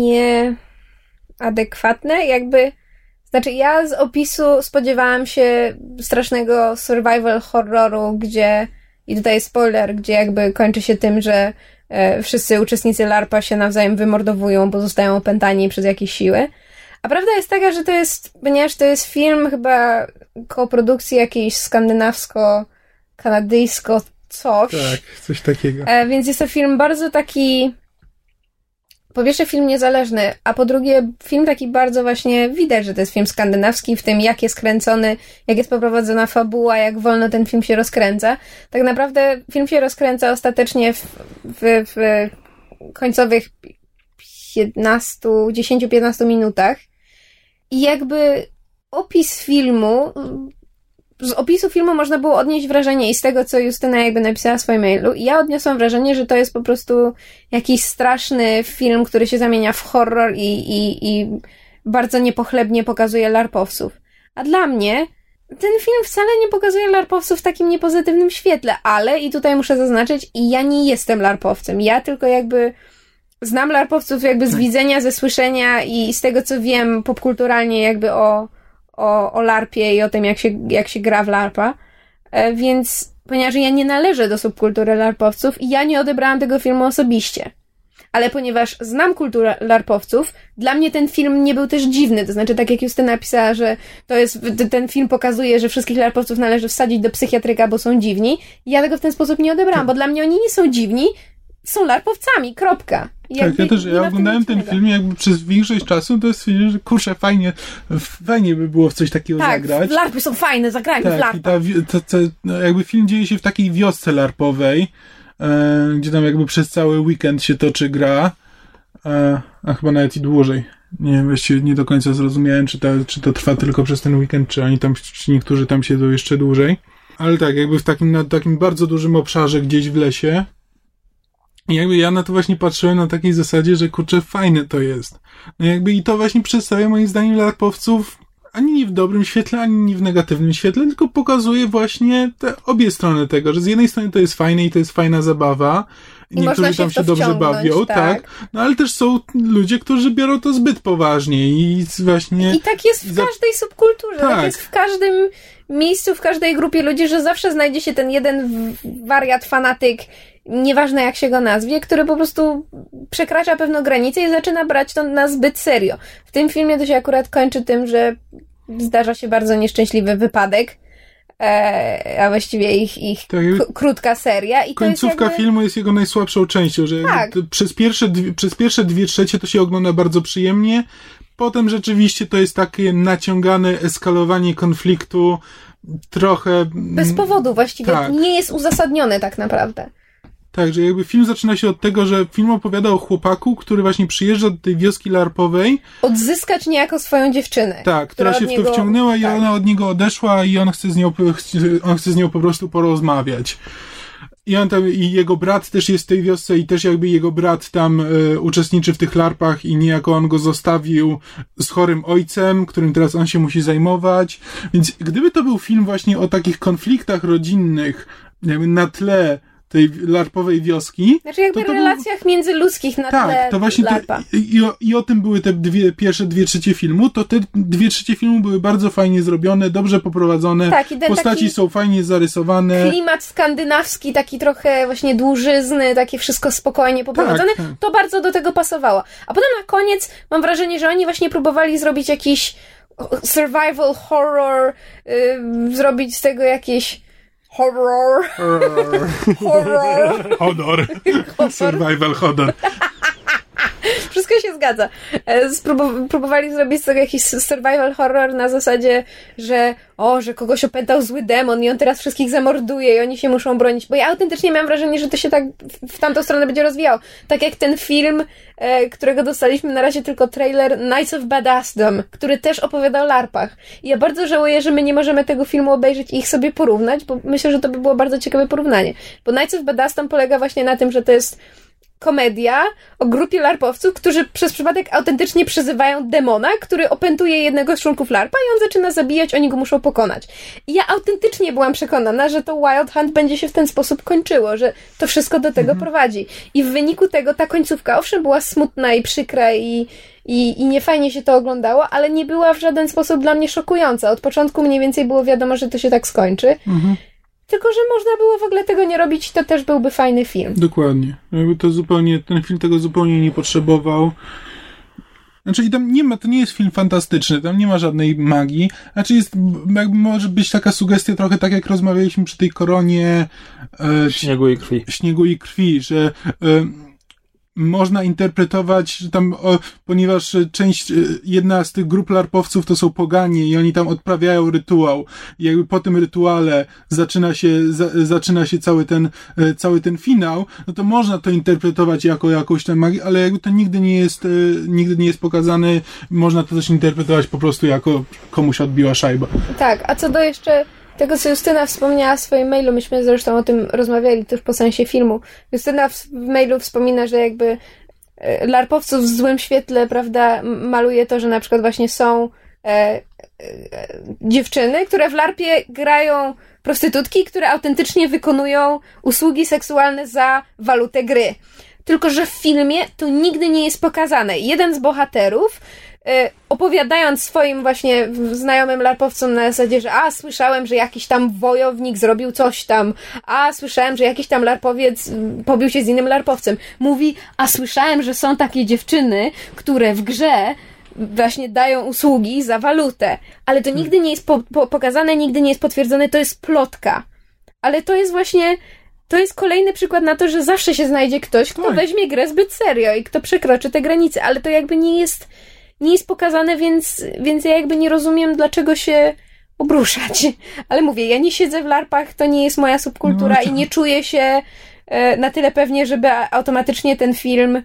nieadekwatne, jakby znaczy ja z opisu spodziewałam się strasznego survival horroru, gdzie, i tutaj spoiler, gdzie jakby kończy się tym, że e, wszyscy uczestnicy larpa się nawzajem wymordowują, bo zostają opętani przez jakieś siły. A prawda jest taka, że to jest, ponieważ to jest film chyba koprodukcji jakiejś skandynawsko-kanadyjsko coś. Tak, coś takiego. E, więc jest to film bardzo taki, po pierwsze film niezależny, a po drugie film taki bardzo właśnie, widać, że to jest film skandynawski w tym, jak jest kręcony, jak jest poprowadzona fabuła, jak wolno ten film się rozkręca. Tak naprawdę film się rozkręca ostatecznie w, w, w końcowych piętnastu, dziesięciu piętnastu minutach i jakby opis filmu, z opisu filmu można było odnieść wrażenie i z tego, co Justyna jakby napisała w swoim mailu, i ja odniosłam wrażenie, że to jest po prostu jakiś straszny film, który się zamienia w horror i, i, i bardzo niepochlebnie pokazuje larpowców. A dla mnie ten film wcale nie pokazuje larpowców w takim niepozytywnym świetle, ale, i tutaj muszę zaznaczyć, ja nie jestem larpowcem. Ja tylko jakby znam larpowców jakby z widzenia, ze słyszenia i z tego, co wiem popkulturalnie jakby o O, o larpie i o tym, jak się, jak się gra w larpa. E, więc, ponieważ ja nie należę do subkultury larpowców, ja nie odebrałam tego filmu osobiście. Ale ponieważ znam kulturę larpowców, dla mnie ten film nie był też dziwny. To znaczy, tak jak Justyna napisała, że to jest, ten film pokazuje, że wszystkich larpowców należy wsadzić do psychiatryka, bo są dziwni. Ja tego w ten sposób nie odebrałam, bo dla mnie oni nie są dziwni, są larpowcami, kropka. Tak, ja też, ja oglądałem ten film jakby przez większość czasu, to stwierdziłem, że kurczę, fajnie, fajnie by było w coś takiego tak, zagrać. Tak, larpy są fajne, zagrajmy tak, w larpa. I ta, to, to, no jakby film dzieje się w takiej wiosce larpowej, e, gdzie tam jakby przez cały weekend się toczy gra, e, a chyba nawet i dłużej. Nie wiem, właściwie nie do końca zrozumiałem, czy, ta, czy to trwa tylko przez ten weekend, czy oni tam, czy niektórzy tam siedzą jeszcze dłużej. Ale tak, jakby w takim, na takim bardzo dużym obszarze gdzieś w lesie. I jakby ja na to właśnie patrzyłem na takiej zasadzie, że kurczę, fajne to jest. No jakby i to właśnie przedstawia moim zdaniem larpowców ani nie w dobrym świetle, ani nie w negatywnym świetle, tylko pokazuje właśnie te obie strony tego, że z jednej strony to jest fajne i to jest fajna zabawa, I niektórzy się tam się dobrze bawią, tak. tak, no ale też są ludzie, którzy biorą to zbyt poważnie i właśnie... I tak jest w za... każdej subkulturze, tak. tak jest w każdym miejscu, w każdej grupie ludzi, że zawsze znajdzie się ten jeden wariat, fanatyk, nieważne jak się go nazwie, który po prostu przekracza pewną granicę i zaczyna brać to na zbyt serio. W tym filmie to się akurat kończy tym, że zdarza się bardzo nieszczęśliwy wypadek, e, a właściwie ich, ich tak, k- krótka seria. I końcówka to jest jakby... filmu jest jego najsłabszą częścią, że tak. przez, pierwsze dwie, przez pierwsze dwie trzecie to się ogląda bardzo przyjemnie, potem rzeczywiście to jest takie naciągane eskalowanie konfliktu, trochę... Bez powodu właściwie, tak. Nie jest uzasadnione tak naprawdę. Tak, że jakby film zaczyna się od tego, że film opowiada o chłopaku, który właśnie przyjeżdża do tej wioski larpowej. Odzyskać niejako swoją dziewczynę. Tak, która, która się w to niego... wciągnęła i tak. Ona od niego odeszła i on chce z nią, on chce z nią po prostu porozmawiać. I on tam, i jego brat też jest w tej wiosce i też jakby jego brat tam y, uczestniczy w tych larpach i niejako on go zostawił z chorym ojcem, którym teraz on się musi zajmować. Więc gdyby to był film właśnie o takich konfliktach rodzinnych, jakby na tle tej larpowej wioski. Znaczy jakby to to relacjach był... międzyludzkich na tak, tle to właśnie larpa. Te, i, o, I o tym były te dwie, pierwsze dwie trzecie filmu, to te dwie trzecie filmu były bardzo fajnie zrobione, dobrze poprowadzone, tak, i ten postaci są fajnie zarysowane. Klimat skandynawski, taki trochę właśnie dłużyzny, takie wszystko spokojnie poprowadzone, tak, tak. To bardzo do tego pasowało. A potem na koniec mam wrażenie, że oni właśnie próbowali zrobić jakiś survival horror, yy, zrobić z tego jakieś Horror. Horror. Horror. Hodor. Survival hodor. Wszystko się zgadza. Spróbu- próbowali zrobić z tego jakiś survival horror na zasadzie, że o, że kogoś opętał zły demon i on teraz wszystkich zamorduje i oni się muszą bronić. Bo ja autentycznie miałam wrażenie, że to się tak w tamtą stronę będzie rozwijało. Tak jak ten film, e, którego dostaliśmy na razie tylko trailer, Knights of Badassdom, który też opowiada o larpach. I ja bardzo żałuję, że my nie możemy tego filmu obejrzeć i ich sobie porównać, bo myślę, że to by było bardzo ciekawe porównanie. Bo Knights of Badassdom polega właśnie na tym, że to jest komedia o grupie larpowców, którzy przez przypadek autentycznie przyzywają demona, który opętuje jednego z członków larpa i on zaczyna zabijać, oni go muszą pokonać. I ja autentycznie byłam przekonana, że to Wild Hunt będzie się w ten sposób kończyło, że to wszystko do tego mhm. prowadzi. I w wyniku tego ta końcówka, owszem, była smutna i przykra i, i, i niefajnie się to oglądało, ale nie była w żaden sposób dla mnie szokująca. Od początku mniej więcej było wiadomo, że to się tak skończy. Mhm. Tylko, że można było w ogóle tego nie robić, to też byłby fajny film. Dokładnie. Jakby to zupełnie, ten film tego zupełnie nie potrzebował. Znaczy i tam nie ma, to nie jest film fantastyczny, tam nie ma żadnej magii. Znaczy jest, jakby może być taka sugestia trochę tak, jak rozmawialiśmy przy tej koronie e, Śniegu i krwi. Śniegu i krwi, że e, można interpretować, że tam, o, ponieważ część, jedna z tych grup larpowców to są poganie i oni tam odprawiają rytuał i jakby po tym rytuale zaczyna się, za, zaczyna się cały ten, cały ten finał, no to można to interpretować jako jakąś tam magię, ale jakby to nigdy nie jest, nigdy nie jest pokazane, można to też interpretować po prostu jako komuś odbiła szajba. Tak, a co do jeszcze tego, co Justyna wspomniała w swoim mailu, myśmy zresztą o tym rozmawiali tuż po sensie filmu. Justyna w mailu wspomina, że jakby larpowców w złym świetle, prawda, maluje to, że na przykład właśnie są e, e, dziewczyny, które w larpie grają prostytutki, które autentycznie wykonują usługi seksualne za walutę gry. Tylko że w filmie to nigdy nie jest pokazane. Jeden z bohaterów opowiadając swoim właśnie znajomym larpowcom na zasadzie, że a, słyszałem, że jakiś tam wojownik zrobił coś tam, a, słyszałem, że jakiś tam larpowiec pobił się z innym larpowcem. Mówi, a słyszałem, że są takie dziewczyny, które w grze właśnie dają usługi za walutę. Ale to nigdy nie jest po- po- pokazane, nigdy nie jest potwierdzone, to jest plotka. Ale to jest właśnie... To jest kolejny przykład na to, że zawsze się znajdzie ktoś, kto weźmie grę zbyt serio i kto przekroczy te granice, ale to jakby nie jest... nie jest pokazane, więc, więc ja jakby nie rozumiem, dlaczego się obruszać. Ale mówię, ja nie siedzę w larpach, to nie jest moja subkultura no, to... i nie czuję się e, na tyle pewnie, żeby automatycznie ten film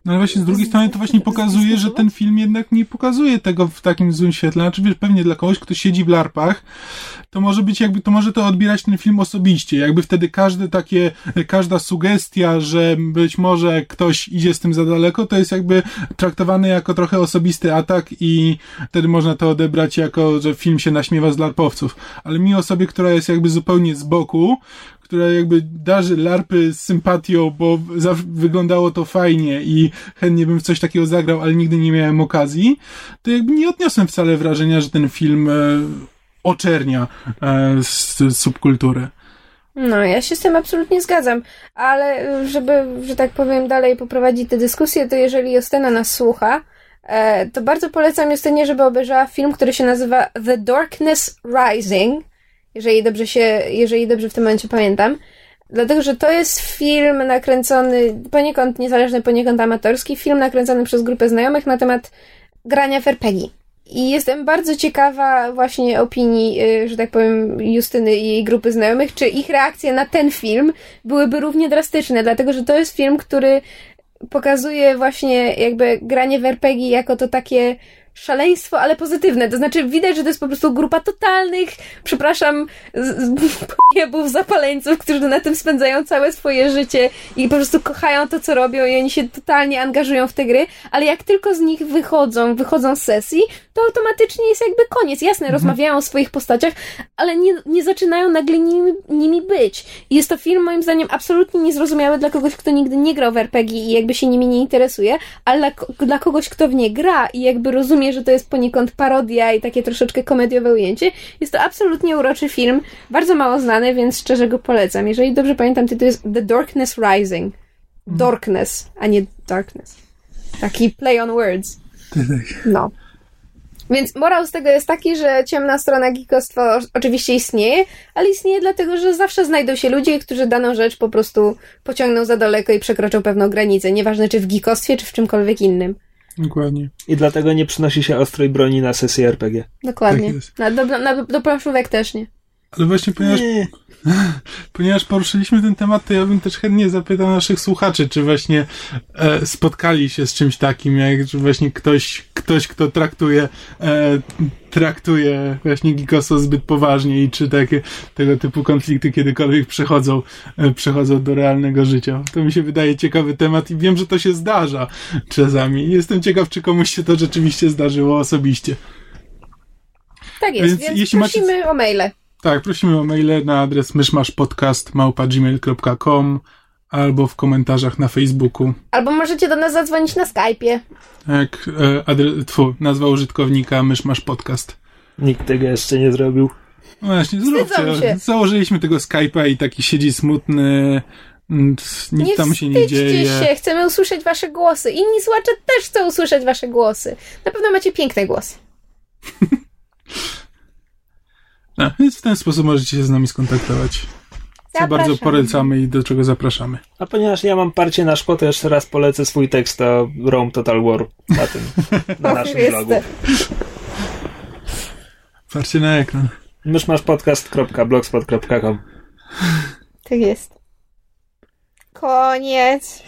No ale właśnie z drugiej strony to właśnie pokazuje, że ten film jednak nie pokazuje tego w takim złym świetle. Znaczy wiesz, pewnie dla kogoś, kto siedzi w larpach, to może być jakby, to może to odbierać ten film osobiście. Jakby wtedy każde takie, każda sugestia, że być może ktoś idzie z tym za daleko, to jest jakby traktowane jako trochę osobisty atak i wtedy można to odebrać jako, że film się naśmiewa z larpowców. Ale mi osobie, która jest jakby zupełnie z boku, która jakby darzy larpy z sympatią, bo zawsze wyglądało to fajnie i chętnie bym w coś takiego zagrał, ale nigdy nie miałem okazji, to jakby nie odniosłem wcale wrażenia, że ten film e, oczernia e, z, z subkultury. No, ja się z tym absolutnie zgadzam, ale żeby, że tak powiem, dalej poprowadzić tę dyskusję, to jeżeli Justyna nas słucha, e, to bardzo polecam Justynie, żeby obejrzała film, który się nazywa The Darkness Rising, jeżeli dobrze się, jeżeli dobrze w tym momencie pamiętam. Dlatego, że to jest film nakręcony, poniekąd niezależny, poniekąd amatorski, film nakręcony przez grupę znajomych na temat grania w er pe gie. I jestem bardzo ciekawa właśnie opinii, że tak powiem, Justyny i jej grupy znajomych, czy ich reakcje na ten film byłyby równie drastyczne, dlatego, że to jest film, który pokazuje właśnie jakby granie w er pe gie jako to takie szaleństwo, ale pozytywne. To znaczy widać, że to jest po prostu grupa totalnych, przepraszam, pojebów, zapaleńców, którzy na tym spędzają całe swoje życie i po prostu kochają to, co robią i oni się totalnie angażują w te gry, ale jak tylko z nich wychodzą, wychodzą z sesji, to automatycznie jest jakby koniec. Jasne, mhm. rozmawiają o swoich postaciach, ale nie, nie zaczynają nagle nimi, nimi być. I jest to film, moim zdaniem, absolutnie niezrozumiały dla kogoś, kto nigdy nie grał w er pe gie i jakby się nimi nie interesuje, ale dla, dla kogoś, kto w nie gra i jakby rozumie, że to jest poniekąd parodia i takie troszeczkę komediowe ujęcie. Jest to absolutnie uroczy film, bardzo mało znany, więc szczerze go polecam. Jeżeli dobrze pamiętam, tytuł jest The Darkness Rising. Darkness, a nie Darkness. Taki play on words. No. Więc morał z tego jest taki, że ciemna strona geekostwa oczywiście istnieje, ale istnieje dlatego, że zawsze znajdą się ludzie, którzy daną rzecz po prostu pociągną za daleko i przekroczą pewną granicę. Nieważne czy w geekostwie, czy w czymkolwiek innym. Dokładnie. I dlatego nie przynosi się ostrej broni na sesję er pe gie. Dokładnie. Tak na, do, na, do planszówek też nie. Ale właśnie ponieważ, ponieważ poruszyliśmy ten temat, to ja bym też chętnie zapytał naszych słuchaczy, czy właśnie e, spotkali się z czymś takim, jak że właśnie ktoś, ktoś kto traktuje e, traktuje właśnie geekostwo zbyt poważnie i czy takie, tego typu konflikty kiedykolwiek przechodzą, e, przechodzą do realnego życia. To mi się wydaje ciekawy temat i wiem, że to się zdarza czasami. Jestem ciekaw, czy komuś się to rzeczywiście zdarzyło osobiście. Tak jest, więc, więc jeśli prosimy macie... o maile. Tak, prosimy o maile na adres myszmaszpodcast małpa gmail kropka com albo w komentarzach na Facebooku. Albo możecie do nas zadzwonić na Skype'ie. Tak, e, adre, tfu, nazwa użytkownika myszmaszpodcast. Nikt tego jeszcze nie zrobił. No właśnie, zróbcie. Założyliśmy tego Skype'a i taki siedzi smutny, nic nie tam się nie dzieje. Nie się, chcemy usłyszeć wasze głosy. Inni słuchacze też chcą usłyszeć wasze głosy. Na pewno macie piękne głosy. No, więc w ten sposób możecie się z nami skontaktować. Co bardzo polecamy i do czego zapraszamy. A ponieważ ja mam parcie na szkło, to jeszcze raz polecę swój tekst o Rome Total War na tym, na naszym blogu. Parcie na ekran. myszmaszpodcast kropka blogspot kropka com. Tak jest. Koniec.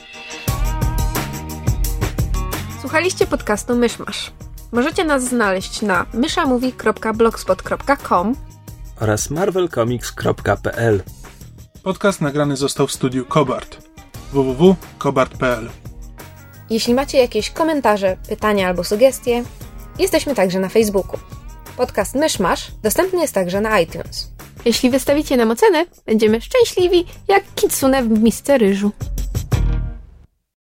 Słuchaliście podcastu Myszmasz. Możecie nas znaleźć na myszamówi kropka blogspot kropka com oraz marvel comics kropka p l. Podcast nagrany został w studiu Kobart. w w w kropka kobart kropka p l. Jeśli macie jakieś komentarze, pytania albo sugestie, jesteśmy także na Facebooku. Podcast Myszmasz dostępny jest także na iTunes. Jeśli wystawicie nam ocenę, będziemy szczęśliwi jak kitsune w misce ryżu.